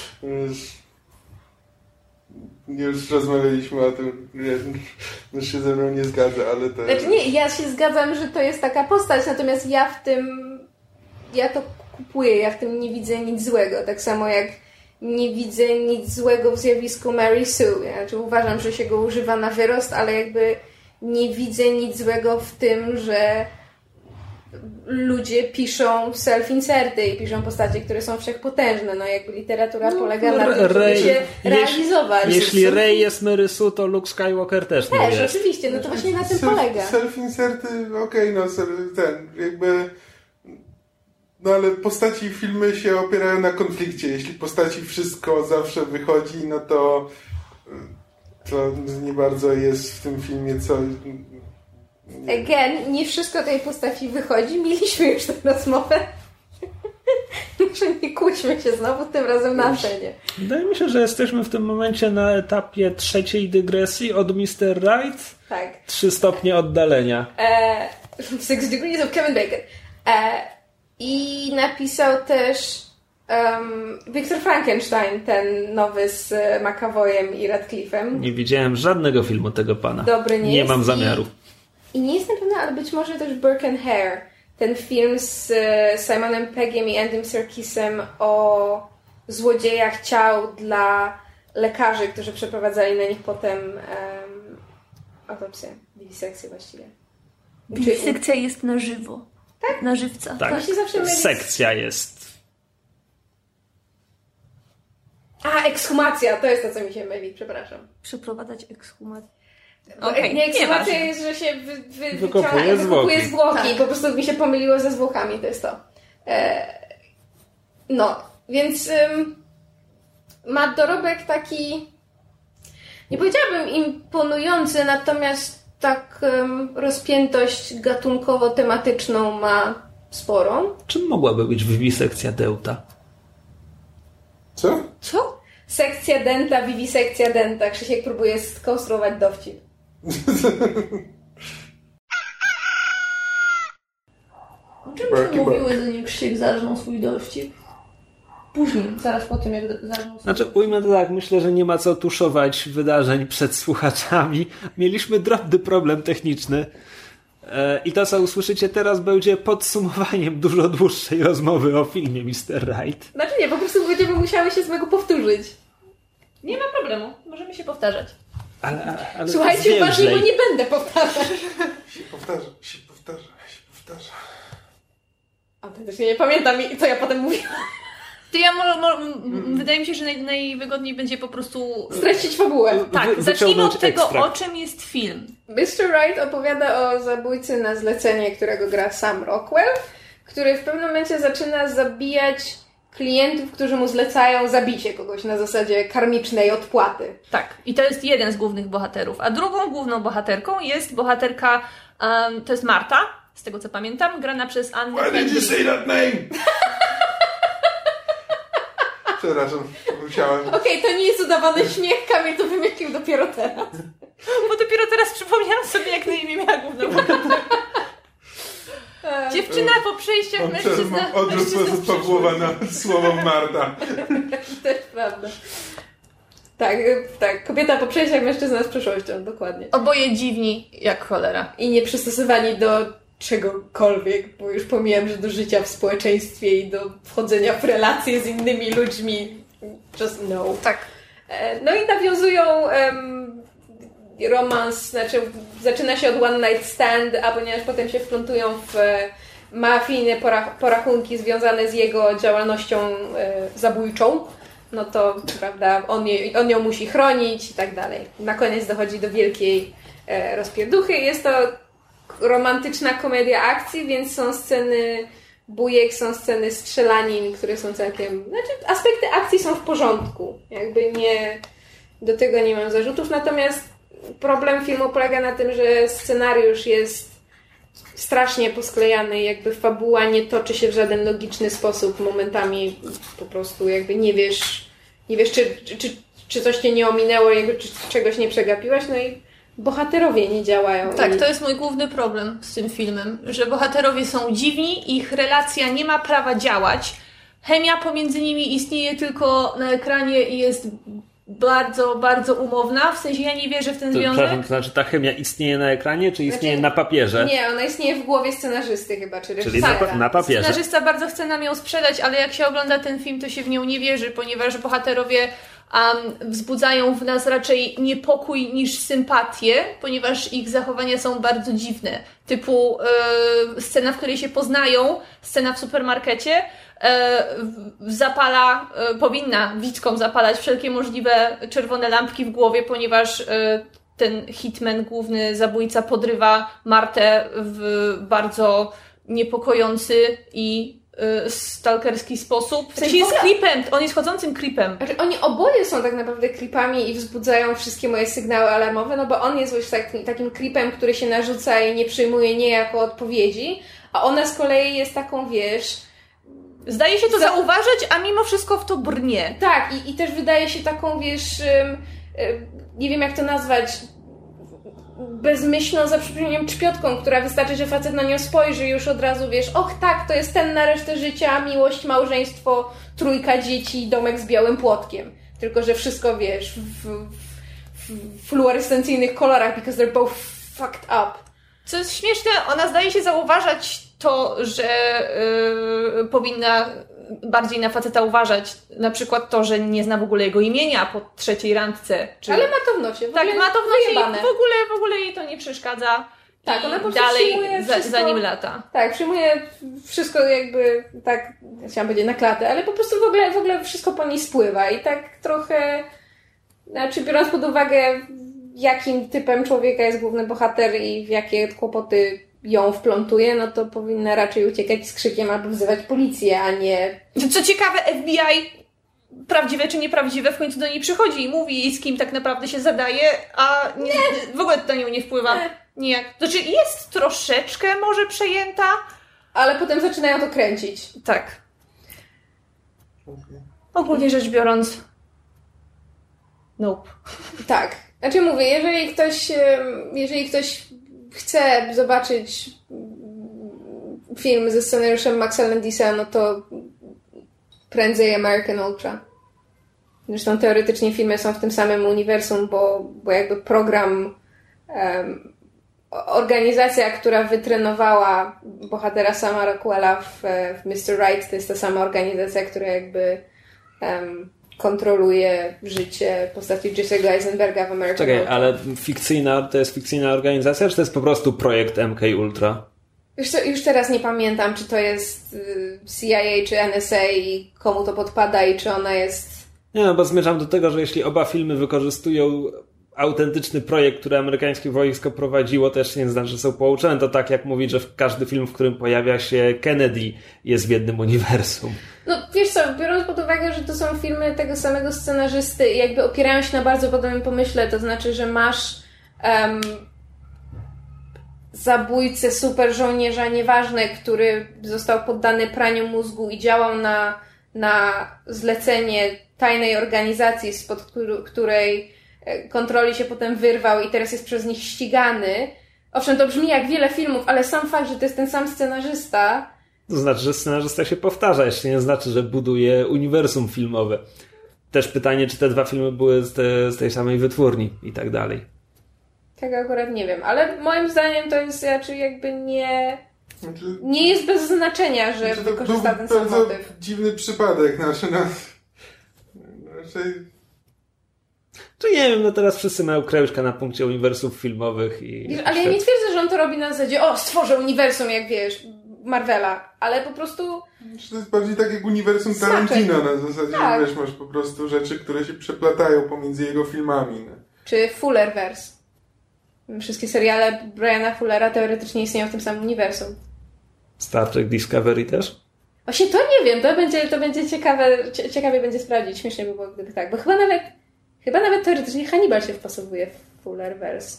już rozmawialiśmy o tym, że się ze mną nie zgadza, ale to... Znaczy nie, ja się zgadzam, że to jest taka postać, natomiast ja to kupuję, ja w tym nie widzę nic złego, tak samo jak nie widzę nic złego w zjawisku Mary Sue. Znaczy uważam, że się go używa na wyrost, ale jakby nie widzę nic złego w tym, że ludzie piszą self-inserty i piszą postacie, które są wszechpotężne. No jakby literatura polega na tym, żeby się realizować. Jeśli Rey jest Mary Sue, to Luke Skywalker też nie jest. Też, oczywiście. No to właśnie na tym polega. Self-inserty, okej, no jakby... No ale postaci w filmy się opierają na konflikcie. Jeśli postaci wszystko zawsze wychodzi, no to nie bardzo jest w tym filmie co... Again, nie wszystko tej postaci wychodzi. Mieliśmy już tę rozmowę. Proszę, nie kłóćmy się znowu, tym razem na antenie. Wydaje mi się, że jesteśmy w tym momencie na etapie 3. dygresji od Mr. Right. Tak. 3 stopnie oddalenia. 6 Degrees of Kevin Bacon. I napisał też Victor Frankenstein, ten nowy z McAvoyem i Radcliffe'em. Nie widziałem żadnego filmu tego pana. Dobry nie jest. mam zamiaru. I nie jestem pewna, ale być może też Burke and Hare. Ten film z Simonem Peggiem i Andym Serkisem o złodziejach ciał dla lekarzy, którzy przeprowadzali na nich potem autopsję, wiwisekcję właściwie. Wiwisekcja jest na żywo. Tak? Na żywca. Tak. To się zawsze myli. Sekcja jest. Ekshumacja, to jest to, co mi się myli, przepraszam. Przeprowadzać ekshumację. Nie, ekshumacja jest, że się wykopuje zwłoki. Tak. Po prostu mi się pomyliło ze zwłokami, to jest to. Więc ma dorobek taki, nie powiedziałabym imponujący, natomiast tak rozpiętość gatunkowo-tematyczną ma sporą. Czym mogłaby być wiwisekcja Deuta? Co? Sekcja denta, wiwisekcja denta. Krzysiek próbuje skonstruować dowcip. O czym się mówiły, zanim Krzysiek zarżnął swój dowcip? Później, zaraz po tym, jak zarżnął swój dowcip. Ujmę to tak, myślę, że nie ma co tuszować wydarzeń przed słuchaczami. Mieliśmy drobny problem techniczny. I to, co usłyszycie teraz, będzie podsumowaniem dużo dłuższej rozmowy o filmie Mr. Right. Znaczy nie, po prostu będziemy musiały się z mego powtórzyć. Nie ma problemu, możemy się powtarzać. Ale Słuchajcie, uważnie, bo nie będę powtarzać. Się powtarza. A to też nie pamiętam, co ja potem mówiłam. To wydaje mi się, że najwygodniej będzie po prostu Streścić fabułę. Tak, zacznijmy od tego, ekstrakt. o czym jest film. Mr. Right opowiada o zabójcy na zlecenie, którego gra Sam Rockwell, który w pewnym momencie zaczyna zabijać klientów, którzy mu zlecają zabicie kogoś na zasadzie karmicznej odpłaty. Tak, i to jest jeden z głównych bohaterów. A drugą główną bohaterką jest bohaterka, to jest Marta, z tego co pamiętam, grana przez Annę Why did you say that name? Przepraszam, musiałem. Okej, to nie jest udawany śmiech, Kamil to wymyślił dopiero teraz. Bo dopiero teraz przypomniałam sobie, jak na imię miała główną bohaterkę. Dziewczyna po przejściach mężczyzna. Mam odwrót Pawłowa na słowo Marta. To jest prawda. Tak. Kobieta po przejściach, mężczyzna z przeszłością, dokładnie. Oboje dziwni jak cholera. I nie przystosowani do czegokolwiek, bo już pomijam, że do życia w społeczeństwie i do wchodzenia w relacje z innymi ludźmi. Just no. Tak. No i nawiązują romans, znaczy zaczyna się od one night stand, a ponieważ potem się wplątują w mafijne porachunki związane z jego działalnością zabójczą, no to, prawda, on ją musi chronić i tak dalej. Na koniec dochodzi do wielkiej rozpierduchy. Jest to romantyczna komedia akcji, więc są sceny bujek, są sceny strzelanin, które są całkiem... Znaczy, aspekty akcji są w porządku. Jakby nie... Do tego nie mam zarzutów, natomiast problem filmu polega na tym, że scenariusz jest strasznie posklejany, jakby fabuła nie toczy się w żaden logiczny sposób. Momentami po prostu jakby nie wiesz czy coś cię nie ominęło, jakby czy czegoś nie przegapiłaś, no i bohaterowie nie działają. Tak, to jest mój główny problem z tym filmem, że bohaterowie są dziwni, ich relacja nie ma prawa działać. Chemia pomiędzy nimi istnieje tylko na ekranie i jest bardzo, bardzo umowna. W sensie ja nie wierzę w ten związek. To znaczy ta chemia istnieje na ekranie, czy istnieje na papierze? Nie, ona istnieje w głowie scenarzysty chyba, czy Czyli na papierze. Scenarzysta bardzo chce nam ją sprzedać, ale jak się ogląda ten film, to się w nią nie wierzy, ponieważ bohaterowie wzbudzają w nas raczej niepokój niż sympatię, ponieważ ich zachowania są bardzo dziwne. Typu scena, w której się poznają, scena w supermarkecie, powinna Wickom zapalać wszelkie możliwe czerwone lampki w głowie, ponieważ ten hitman, główny zabójca, podrywa Martę w bardzo niepokojący i stalkerski sposób. W sensie jest creepem, on jest chodzącym creepem. Znaczy, oni oboje są tak naprawdę creepami i wzbudzają wszystkie moje sygnały alarmowe, no bo on jest już takim creepem, który się narzuca i nie przyjmuje niejako odpowiedzi, a ona z kolei jest taką, wiesz, Zdaje się to zauważyć, a mimo wszystko w to brnie. Tak, i też wydaje się taką, wiesz, nie wiem jak to nazwać, bezmyślną, za przeproszeniem, czpiotką, która wystarczy, że facet na nią spojrzy i już od razu wiesz, och tak, to jest ten na resztę życia, miłość, małżeństwo, 3 dzieci, domek z białym płotkiem. Tylko, że wszystko, wiesz, w fluorescencyjnych kolorach, because they're both fucked up. Co jest śmieszne, ona zdaje się zauważać to, że powinna bardziej na faceta uważać. Na przykład to, że nie zna w ogóle jego imienia po 3 randce. Ale ma to w nosie. Tak, ma to w nosie i w ogóle jej to nie przeszkadza. Tak, ona po prostu dalej wszystko, za nim lata. Tak, przyjmuje wszystko jakby tak, chciałam powiedzieć na klatę, ale po prostu w ogóle wszystko po niej spływa i tak trochę, znaczy biorąc pod uwagę jakim typem człowieka jest główny bohater i w jakie kłopoty ją wplątuje, no to powinna raczej uciekać z krzykiem albo wzywać policję, a nie... Co ciekawe, FBI, prawdziwe czy nieprawdziwe, w końcu do niej przychodzi i mówi jej, z kim tak naprawdę się zadaje, a w ogóle to na nią nie wpływa. Nijak. Znaczy jest troszeczkę może przejęta, ale potem zaczynają to kręcić. Tak. Ogólnie rzecz biorąc, nope. Tak. Znaczy mówię, jeżeli ktoś chce zobaczyć film ze scenariuszem Maxa Landisa, no to prędzej American Ultra. Zresztą teoretycznie filmy są w tym samym uniwersum, bo jakby program, organizacja, która wytrenowała bohatera Sama Rockwella w Mr. Right, to jest ta sama organizacja, która jakby kontroluje życie postaci Jesse'ego Eisenberga w American Ultra. Ale to jest fikcyjna organizacja, czy to jest po prostu projekt MK Ultra? Wiesz co, już teraz nie pamiętam, czy to jest CIA, czy NSA i komu to podpada i czy ona jest... Nie, no bo zmierzam do tego, że jeśli oba filmy wykorzystują autentyczny projekt, który amerykańskie wojsko prowadziło, też nie znaczy, że są połączone. To tak jak mówić, że każdy film, w którym pojawia się Kennedy, jest w jednym uniwersum. No wiesz co, biorąc pod uwagę, że to są filmy tego samego scenarzysty i jakby opierają się na bardzo podobnym pomyśle, to znaczy, że masz zabójcę, super żołnierza, nieważne, który został poddany praniu mózgu i działał na zlecenie tajnej organizacji, spod której kontroli się potem wyrwał i teraz jest przez nich ścigany. Owszem, to brzmi jak wiele filmów, ale sam fakt, że to jest ten sam scenarzysta... To znaczy, że scenarzysta się powtarza, jeszcze nie znaczy, że buduje uniwersum filmowe. Też pytanie, czy te 2 filmy były z tej samej wytwórni i tak dalej. Tego akurat nie wiem, ale moim zdaniem to jest raczej jakby nie jest bez znaczenia, że wykorzysta ten sam motyw. To bardzo dziwny przypadek, To nie wiem, no teraz wszyscy mają kreuszka na punkcie uniwersów filmowych i... Wiesz, ale ja nie twierdzę, że on to robi na zasadzie stworzę uniwersum, jak wiesz, Marvela, ale po prostu... To jest bardziej tak jak uniwersum Tarantino, na zasadzie, tak. Wiesz, masz po prostu rzeczy, które się przeplatają pomiędzy jego filmami. No. Czy Fullerverse. Wszystkie seriale Briana Fullera teoretycznie istnieją w tym samym uniwersum. Star Trek Discovery też? Właśnie to nie wiem, to będzie ciekawie będzie sprawdzić, śmiesznie by było, gdyby tak, bo chyba nawet teoretycznie Hannibal się wpasowuje w Fullerverse.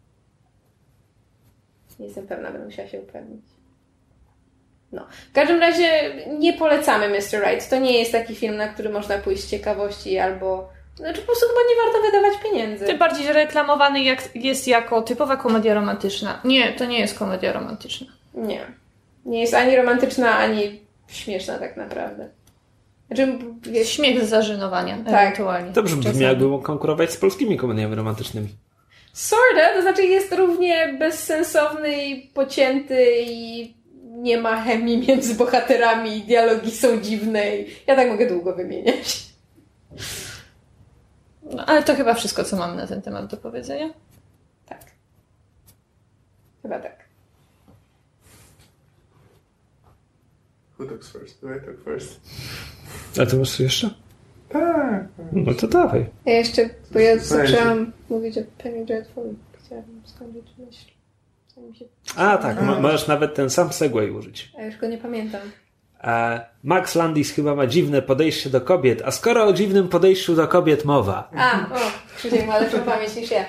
Nie jestem pewna, będę musiała się upewnić. No. W każdym razie nie polecamy Mr. Right. To nie jest taki film, na który można pójść z ciekawości albo... Znaczy po prostu chyba nie warto wydawać pieniędzy. Tym bardziej, że reklamowany jest jako typowa komedia romantyczna. Nie, to nie jest komedia romantyczna. Nie. Nie jest ani romantyczna, ani śmieszna tak naprawdę. Znaczy, śmiech z zażenowania, tak. Ewentualnie. To brzmi, jakby mógł konkurować z polskimi komediami romantycznymi. Sorta, to znaczy jest równie bezsensowny i pocięty i nie ma chemii między bohaterami, dialogi są dziwne i ja tak mogę długo wymieniać. No, ale to chyba wszystko, co mamy na ten temat do powiedzenia. Tak. Chyba tak. Who talks first? Do I talk first? A ty masz jeszcze? Tak. No to dawaj. Ja jeszcze, bo ja zaczęłam mówić o Penny Dreadful. Chciałam skończyć myśl. A tak, możesz nawet ten sam segway użyć. A już go nie pamiętam. Max Landis chyba ma dziwne podejście do kobiet, a skoro o dziwnym podejściu do kobiet mowa... Krzysiek ma lepszą pamięć niż ja.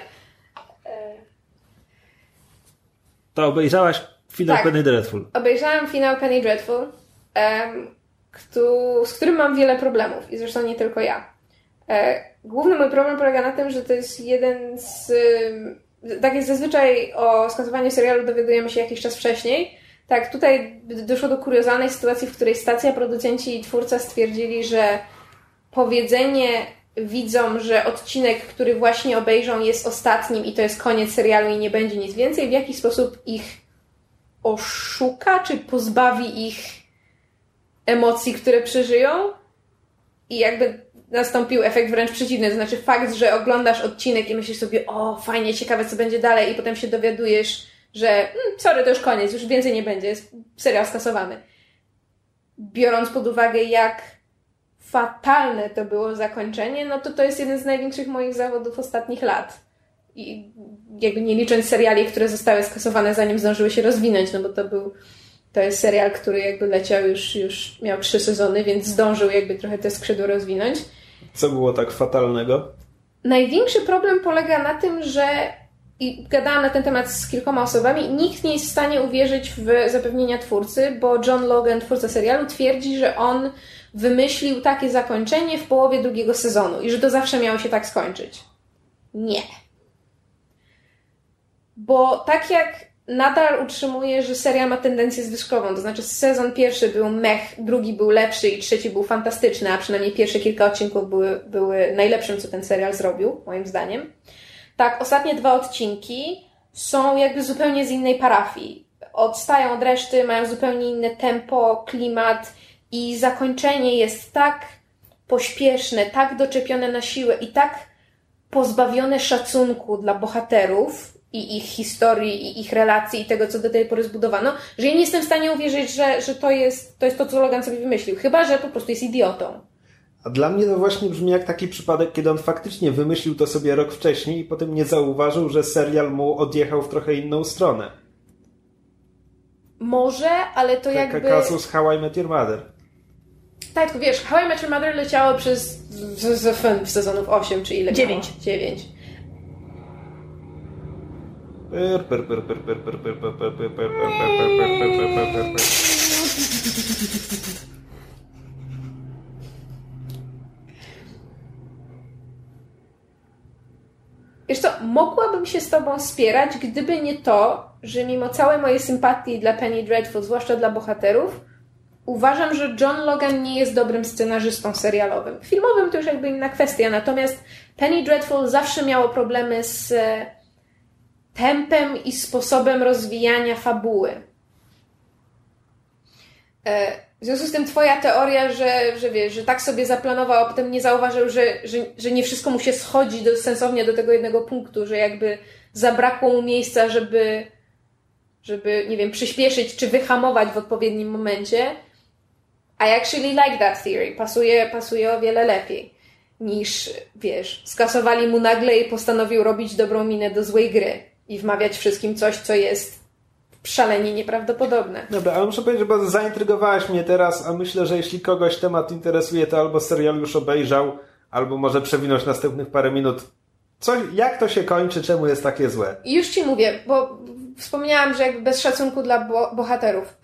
To obejrzałaś finał Penny Dreadful. Obejrzałam finał Penny Dreadful, z którym mam wiele problemów i zresztą nie tylko ja. Główny mój problem polega na tym, że to jest jeden z... Tak jest zazwyczaj o skasowaniu serialu dowiadujemy się jakiś czas wcześniej. Tak, tutaj doszło do kuriozalnej sytuacji, w której stacja, producenci i twórca stwierdzili, że powiedzenie widzom, że odcinek, który właśnie obejrzą, jest ostatnim i to jest koniec serialu i nie będzie nic więcej, w jakiś sposób ich oszuka, czy pozbawi ich emocji, które przeżyją i jakby nastąpił efekt wręcz przeciwny, to znaczy fakt, że oglądasz odcinek i myślisz sobie, o fajnie, ciekawe co będzie dalej i potem się dowiadujesz, że sorry, to już koniec, już więcej nie będzie, jest serial skasowany. Biorąc pod uwagę, jak fatalne to było zakończenie, no to jest jeden z największych moich zawodów ostatnich lat. I jakby nie licząc seriali, które zostały skasowane zanim zdążyły się rozwinąć, no bo to jest serial, który jakby leciał już miał 3 sezony, więc zdążył jakby trochę te skrzydła rozwinąć. Co było tak fatalnego? Największy problem polega na tym, że i gadałam na ten temat z kilkoma osobami, nikt nie jest w stanie uwierzyć w zapewnienia twórcy, bo John Logan, twórca serialu, twierdzi, że on wymyślił takie zakończenie w połowie 2. sezonu i że to zawsze miało się tak skończyć. Nie. Bo tak jak nadal utrzymuje, że serial ma tendencję zwyżkową, to znaczy sezon 1 był mech, 2 był lepszy i 3 był fantastyczny, a przynajmniej pierwsze kilka odcinków były najlepszym, co ten serial zrobił, moim zdaniem. Tak, ostatnie 2 odcinki są jakby zupełnie z innej parafii. Odstają od reszty, mają zupełnie inne tempo, klimat i zakończenie jest tak pośpieszne, tak doczepione na siłę i tak pozbawione szacunku dla bohaterów i ich historii, i ich relacji, i tego, co do tej pory zbudowano, że ja nie jestem w stanie uwierzyć, że to jest to, co Logan sobie wymyślił. Chyba że po prostu jest idiotą. A dla mnie to właśnie brzmi jak taki przypadek, kiedy on faktycznie wymyślił to sobie rok wcześniej i potem nie zauważył, że serial mu odjechał w trochę inną stronę. Może, ale to jakby... Kasus How I Met Your Mother. Tak, tylko wiesz, How I Met Your Mother leciało przez sezonów 8 czy ile? 9. 9. Wiesz co, mogłabym się z tobą spierać, gdyby nie to, że mimo całej mojej sympatii dla Penny Dreadful, zwłaszcza dla bohaterów, uważam, że John Logan nie jest dobrym scenarzystą serialowym. Filmowym to już jakby inna kwestia, natomiast Penny Dreadful zawsze miało problemy z tempem i sposobem rozwijania fabuły. W związku z tym twoja teoria, że wiesz, że tak sobie zaplanował, a potem nie zauważył, że nie wszystko mu się schodzi sensownie do tego jednego punktu, że jakby zabrakło mu miejsca, żeby nie wiem, przyspieszyć czy wyhamować w odpowiednim momencie. I actually like that theory. Pasuje o wiele lepiej niż, wiesz, skasowali mu nagle i postanowił robić dobrą minę do złej gry i wmawiać wszystkim coś, co jest szalenie nieprawdopodobne. Dobra, ale muszę powiedzieć, bo zaintrygowałaś mnie teraz, a myślę, że jeśli kogoś temat interesuje, to albo serial już obejrzał, albo może przewinąć następnych parę minut. Jak to się kończy, czemu jest takie złe? Już ci mówię, bo wspomniałam, że jakby bez szacunku dla bohaterów.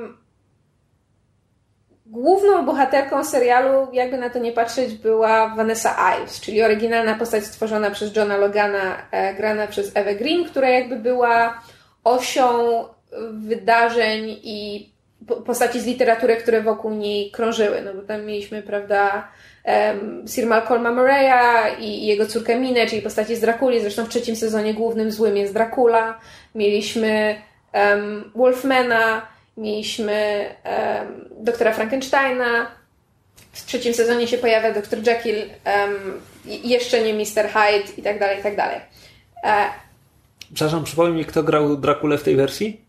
Główną bohaterką serialu, jakby na to nie patrzeć, była Vanessa Ives, czyli oryginalna postać stworzona przez Johna Logana, grana przez Ewę Green, która jakby była osią wydarzeń i postaci z literatury, które wokół niej krążyły. No bo tam mieliśmy, prawda, Sir Malcolma Murraya i jego córkę Minę, czyli postaci z Drakuli. Zresztą w 3. sezonie głównym złym jest Dracula. Mieliśmy Wolfmana, mieliśmy doktora Frankensteina. W 3. sezonie się pojawia dr Jekyll, jeszcze nie Mr. Hyde i tak dalej, i tak dalej. Przepraszam, przypomnij mi, kto grał Drakulę w tej wersji?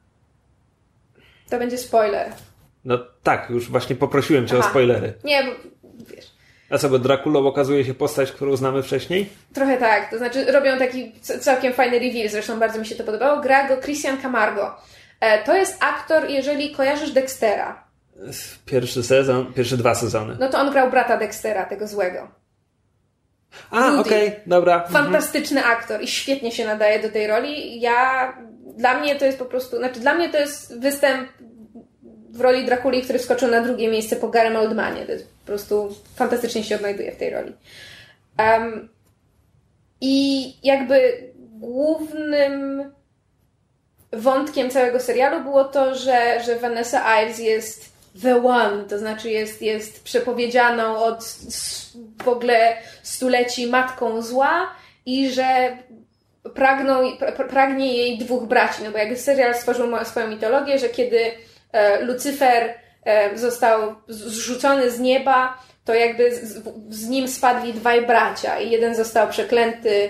To będzie spoiler. No tak, już właśnie poprosiłem cię o spoilery. Nie, bo wiesz. A co, bo Drakulą okazuje się postać, którą znamy wcześniej? Trochę tak, to znaczy robią taki całkiem fajny reveal, zresztą bardzo mi się to podobało. Gra go Christian Camargo. To jest aktor, jeżeli kojarzysz Dextera. Pierwsze 2 sezony. No to on grał brata Dextera, tego złego. Okej, dobra. Fantastyczny aktor i świetnie się nadaje do tej roli. Dla mnie to jest po prostu, dla mnie to jest występ w roli Drakuli, który wskoczył na drugie miejsce po Garym Oldmanie. To jest po prostu fantastycznie się odnajduje w tej roli. I jakby głównym wątkiem całego serialu było to, że Vanessa Ives jest the one, to znaczy jest przepowiedzianą od w ogóle stuleci matką zła i że pragnie jej dwóch braci, no bo jakby serial stworzył swoją mitologię, że kiedy Lucyfer został zrzucony z nieba, to jakby z nim spadli dwaj bracia i jeden został przeklęty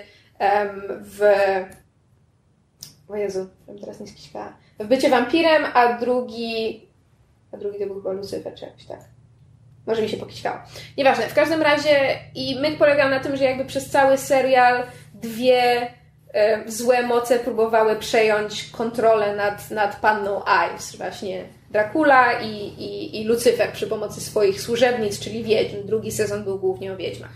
o Jezu, teraz nie skiśkała. W bycie wampirem, a drugi to był chyba Lucyfer, czy jakoś tak. Może mi się pokiśkało. Nieważne, w każdym razie i myk polegał na tym, że jakby przez cały serial dwie złe moce próbowały przejąć kontrolę nad panną Ives, właśnie Dracula i Lucyfer przy pomocy swoich służebnic, czyli wiedźm. Drugi sezon był głównie o wiedźmach.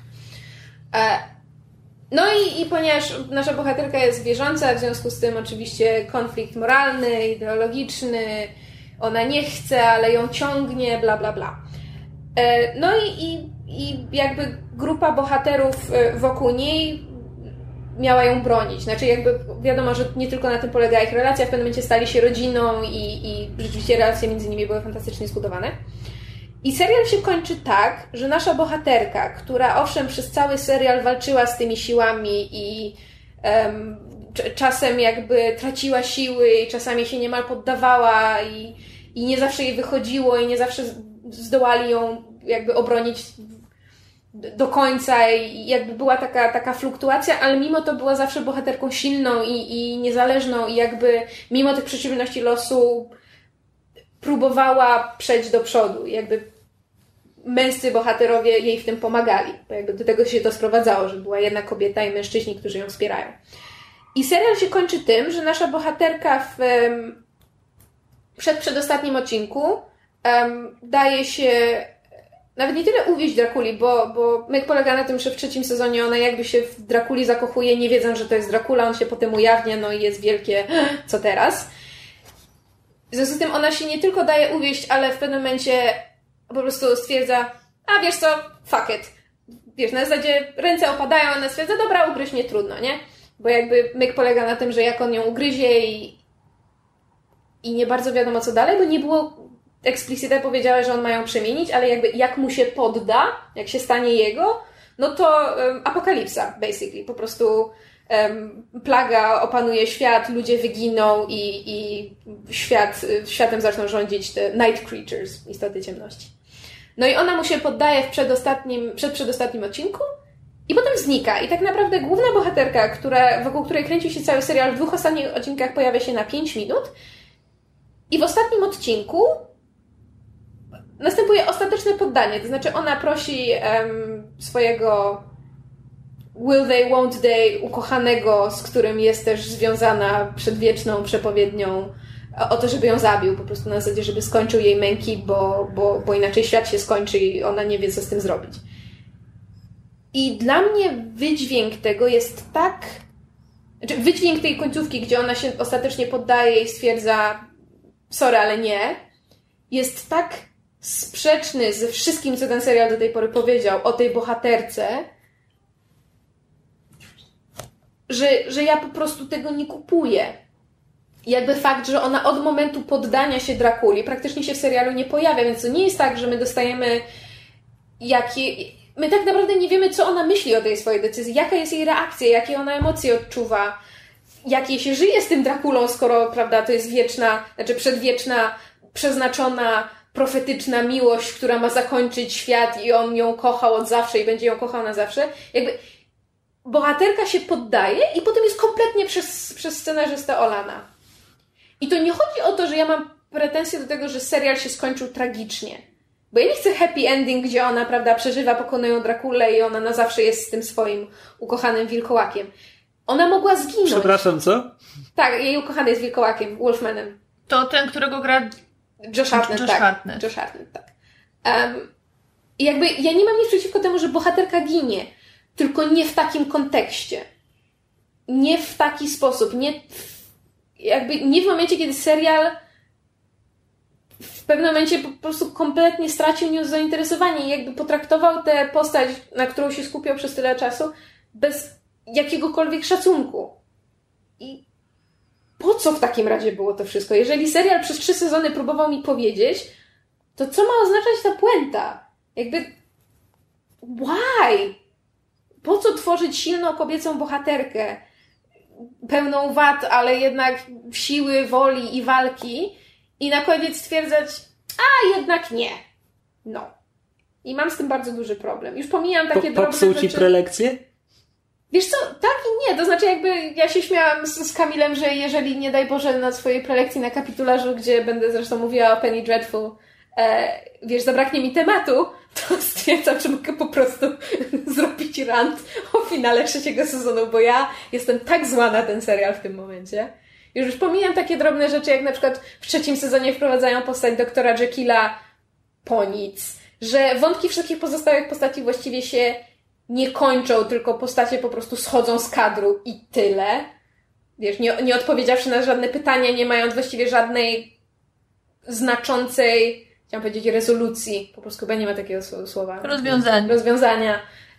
No i ponieważ nasza bohaterka jest wierząca, w związku z tym oczywiście konflikt moralny, ideologiczny, ona nie chce, ale ją ciągnie, bla bla bla. No i jakby grupa bohaterów wokół niej miała ją bronić. Znaczy jakby wiadomo, że nie tylko na tym polega ich relacja, w pewnym momencie stali się rodziną i rzeczywiście relacje między nimi były fantastycznie zbudowane. I serial się kończy tak, że nasza bohaterka, która owszem przez cały serial walczyła z tymi siłami i czasem jakby traciła siły i czasami się niemal poddawała i nie zawsze jej wychodziło i nie zawsze zdołali ją jakby obronić do końca i jakby była taka fluktuacja, ale mimo to była zawsze bohaterką silną i niezależną i jakby mimo tych przeciwności losu próbowała przejść do przodu. Jakby męscy bohaterowie jej w tym pomagali, bo jakby do tego się to sprowadzało, że była jedna kobieta i mężczyźni, którzy ją wspierają. I serial się kończy tym, że nasza bohaterka w przedostatnim odcinku daje się nawet nie tyle uwieść Drakuli, bo myk polega na tym, że w trzecim sezonie ona jakby się w Drakuli zakochuje, nie wiedząc, że to jest Dracula, on się potem ujawnia, no i jest wielkie co teraz. W związku z tym ona się nie tylko daje uwieść, ale w pewnym momencie po prostu stwierdza, a wiesz co, fuck it. Wiesz, na zasadzie ręce opadają, ona stwierdza, dobra, ugryź mnie, trudno, nie? Bo jakby myk polega na tym, że jak on ją ugryzie i nie bardzo wiadomo co dalej, bo nie było eksplicite powiedziała, że on ma ją przemienić, ale jakby jak mu się podda, jak się stanie jego, no to apokalipsa, basically. Po prostu plaga opanuje świat, ludzie wyginą i światem zaczną rządzić te night creatures, istoty ciemności. No i ona mu się poddaje w przedostatnim odcinku i potem znika. I tak naprawdę główna bohaterka, wokół której kręcił się cały serial, w 2 ostatnich odcinkach pojawia się na 5 minut i w ostatnim odcinku następuje ostateczne poddanie. To znaczy ona prosi swojego will they, won't they, ukochanego, z którym jest też związana przedwieczną przepowiednią, o to, żeby ją zabił. Po prostu na zasadzie, żeby skończył jej męki, bo inaczej świat się skończy i ona nie wie, co z tym zrobić. I dla mnie wydźwięk tego jest tak... Znaczy wydźwięk tej końcówki, gdzie ona się ostatecznie poddaje i stwierdza sorry, ale nie, jest tak sprzeczny ze wszystkim, co ten serial do tej pory powiedział o tej bohaterce, że ja po prostu tego nie kupuję. Jakby fakt, że ona od momentu poddania się Drakuli praktycznie się w serialu nie pojawia, więc to nie jest tak, że my dostajemy my tak naprawdę nie wiemy, co ona myśli o tej swojej decyzji, jaka jest jej reakcja, jakie ona emocje odczuwa, jak jej się żyje z tym Drakulą, skoro, prawda, to jest przedwieczna, przeznaczona, profetyczna miłość, która ma zakończyć świat i on ją kochał od zawsze i będzie ją kochał na zawsze. Jakby bohaterka się poddaje i potem jest kompletnie przez scenarzystę olana. I to nie chodzi o to, że ja mam pretensje do tego, że serial się skończył tragicznie. Bo ja nie chcę happy ending, gdzie ona, prawda, przeżywa, pokonują Drakulę i ona na zawsze jest z tym swoim ukochanym wilkołakiem. Ona mogła zginąć. Przepraszam, co? Tak, jej ukochany jest wilkołakiem, Wolfmanem. To ten, którego gra Josh Hartnett, tak. I jakby ja nie mam nic przeciwko temu, że bohaterka ginie, tylko nie w takim kontekście. Nie w taki sposób. Nie w momencie, kiedy serial pewnym momencie po prostu kompletnie stracił nią zainteresowanie i jakby potraktował tę postać, na którą się skupiał przez tyle czasu, bez jakiegokolwiek szacunku. I po co w takim razie było to wszystko? Jeżeli serial przez 3 sezony próbował mi powiedzieć, to co ma oznaczać ta puenta? Jakby why? Po co tworzyć silną kobiecą bohaterkę, pełną wad, ale jednak siły, woli i walki i na koniec stwierdzać, a jednak nie. No. I mam z tym bardzo duży problem. Już pomijam takie drobne popsuł ci rzeczy. prelekcję? Wiesz co, tak i nie. To znaczy jakby ja się śmiałam z Kamilem, że jeżeli nie daj Boże na swojej prelekcji na kapitularzu, gdzie będę zresztą mówiła o Penny Dreadful, wiesz, zabraknie mi tematu, to stwierdzam, że mogę po prostu zrobić rant o finale 3. sezonu, bo ja jestem tak zła na ten serial w tym momencie. Już pomijam takie drobne rzeczy, jak na przykład w 3. sezonie wprowadzają postać doktora Jekylla po nic, że wątki wszystkich pozostałych postaci właściwie się nie kończą, tylko postacie po prostu schodzą z kadru i tyle. Wiesz, nie odpowiedziawszy na żadne pytania, nie mając właściwie żadnej znaczącej, chciałam powiedzieć rezolucji, po prostu chyba nie ma takiego słowa. Rozwiązania.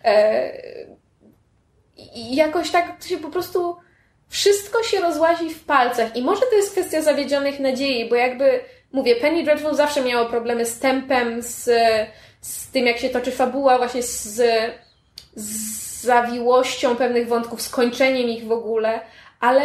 I jakoś tak się po prostu wszystko się rozłazi w palcach. I może to jest kwestia zawiedzionych nadziei, bo jakby, mówię, Penny Dreadful zawsze miało problemy z tempem, z tym, jak się toczy fabuła, właśnie z zawiłością pewnych wątków, skończeniem ich w ogóle, ale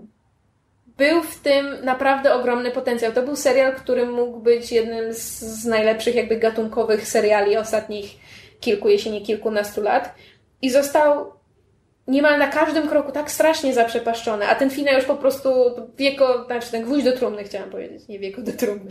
był w tym naprawdę ogromny potencjał. To był serial, który mógł być jednym z najlepszych jakby gatunkowych seriali ostatnich kilku, jeśli nie kilkunastu lat i został niemal na każdym kroku tak strasznie zaprzepaszczony, a ten finał już po prostu znaczy ten gwóźdź do trumny chciałam powiedzieć, nie wieko do trumny.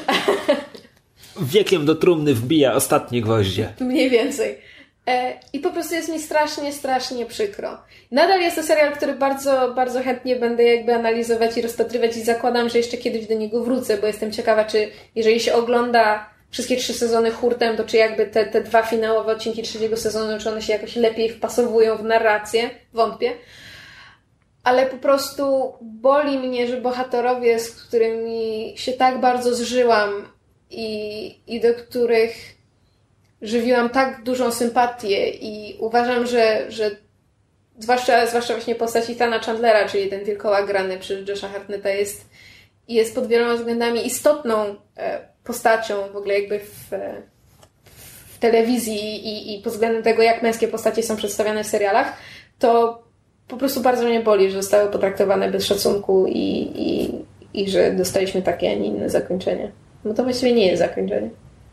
Wiekiem do trumny wbija ostatnie gwoździe. Mniej więcej. I po prostu jest mi strasznie, strasznie przykro. Nadal jest to serial, który bardzo, bardzo chętnie będę jakby analizować i rozpatrywać i zakładam, że jeszcze kiedyś do niego wrócę, bo jestem ciekawa, czy jeżeli się ogląda wszystkie 3 sezony hurtem, to czy jakby te 2 finałowe odcinki 3. sezonu, czy one się jakoś lepiej wpasowują w narrację? Wątpię. Ale po prostu boli mnie, że bohaterowie, z którymi się tak bardzo zżyłam i do których żywiłam tak dużą sympatię i uważam, że zwłaszcza właśnie postać Ethana Chandlera, czyli ten wilkołak grany przez Josha Hartnetta jest pod wieloma względami istotną postacią w ogóle jakby w telewizji i pod względem tego, jak męskie postacie są przedstawiane w serialach, to po prostu bardzo mnie boli, że zostały potraktowane bez szacunku i że dostaliśmy takie, a nie inne zakończenie. No to właściwie nie jest zakończenie.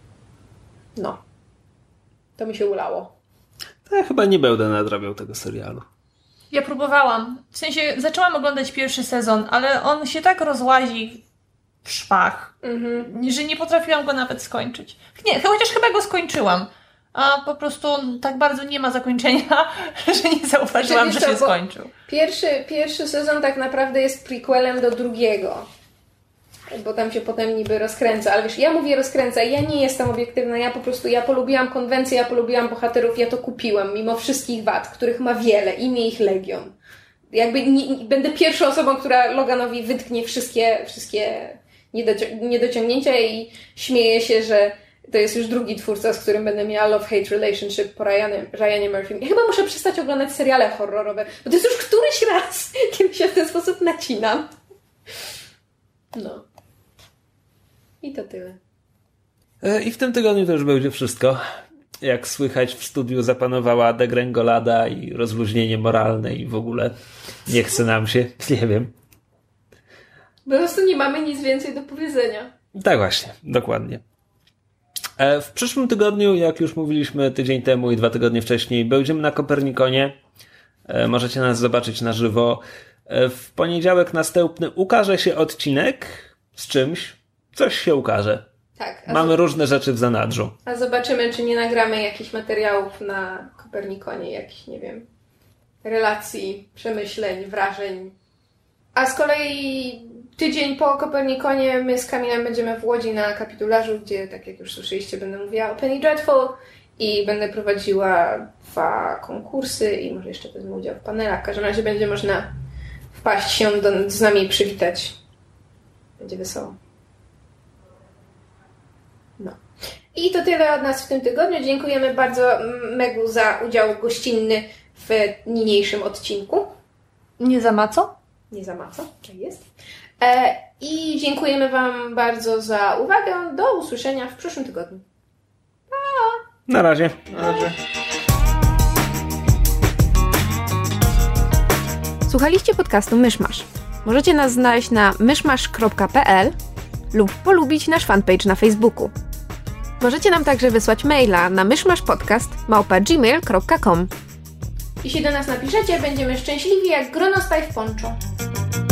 No. To mi się ulało. To ja chyba nie będę nadrabiał tego serialu. Ja próbowałam. W sensie zaczęłam oglądać 1. sezon, ale on się tak rozłazi w szwach, że nie potrafiłam go nawet skończyć. Nie, chociaż chyba go skończyłam. A po prostu tak bardzo nie ma zakończenia, że nie zauważyłam, że się skończył. Pierwszy sezon tak naprawdę jest prequelem do drugiego. Bo tam się potem niby rozkręca. Ale wiesz, ja mówię rozkręca, ja nie jestem obiektywna, ja polubiłam konwencję, ja polubiłam bohaterów, ja to kupiłam, mimo wszystkich wad, których ma wiele, imię ich legion. Jakby będę pierwszą osobą, która Loganowi wytknie wszystkie niedociągnięcia i śmieję się, że to jest już drugi twórca, z którym będę miała love-hate relationship po Ryanie Murphy. Ja chyba muszę przestać oglądać seriale horrorowe, bo to jest już któryś raz, kiedy się w ten sposób nacinam. No. I to tyle. I w tym tygodniu to już będzie wszystko. Jak słychać, w studiu zapanowała degrengolada i rozluźnienie moralne i w ogóle nie chce nam się, nie wiem. Po prostu nie mamy nic więcej do powiedzenia. Tak właśnie, dokładnie. W przyszłym tygodniu, jak już mówiliśmy tydzień temu i 2 tygodnie wcześniej, będziemy na Kopernikonie. Możecie nas zobaczyć na żywo. W poniedziałek następny ukaże się odcinek z czymś. Coś się ukaże. Tak. Mamy różne rzeczy w zanadrzu. A zobaczymy, czy nie nagramy jakichś materiałów na Kopernikonie, jakichś, nie wiem, relacji, przemyśleń, wrażeń. A z kolei tydzień po Kopernikonie my z Kamilem będziemy w Łodzi na kapitularzu, gdzie, tak jak już słyszeliście, będę mówiła o Penny Dreadful i będę prowadziła 2 konkursy i może jeszcze wezmę udział w panelach. W każdym razie będzie można wpaść się z nami i przywitać. Będzie wesoło. I to tyle od nas w tym tygodniu. Dziękujemy bardzo Megu za udział gościnny w niniejszym odcinku. Nie za maco? Nie za maco, tak jest. I dziękujemy Wam bardzo za uwagę. Do usłyszenia w przyszłym tygodniu. Pa! Na razie. Na razie. Słuchaliście podcastu Myszmasz. Możecie nas znaleźć na myszmasz.pl lub polubić nasz fanpage na Facebooku. Możecie nam także wysłać maila na myszmaszpodcast@gmail.com. Jeśli do nas napiszecie, będziemy szczęśliwi jak gronostaj w ponczo.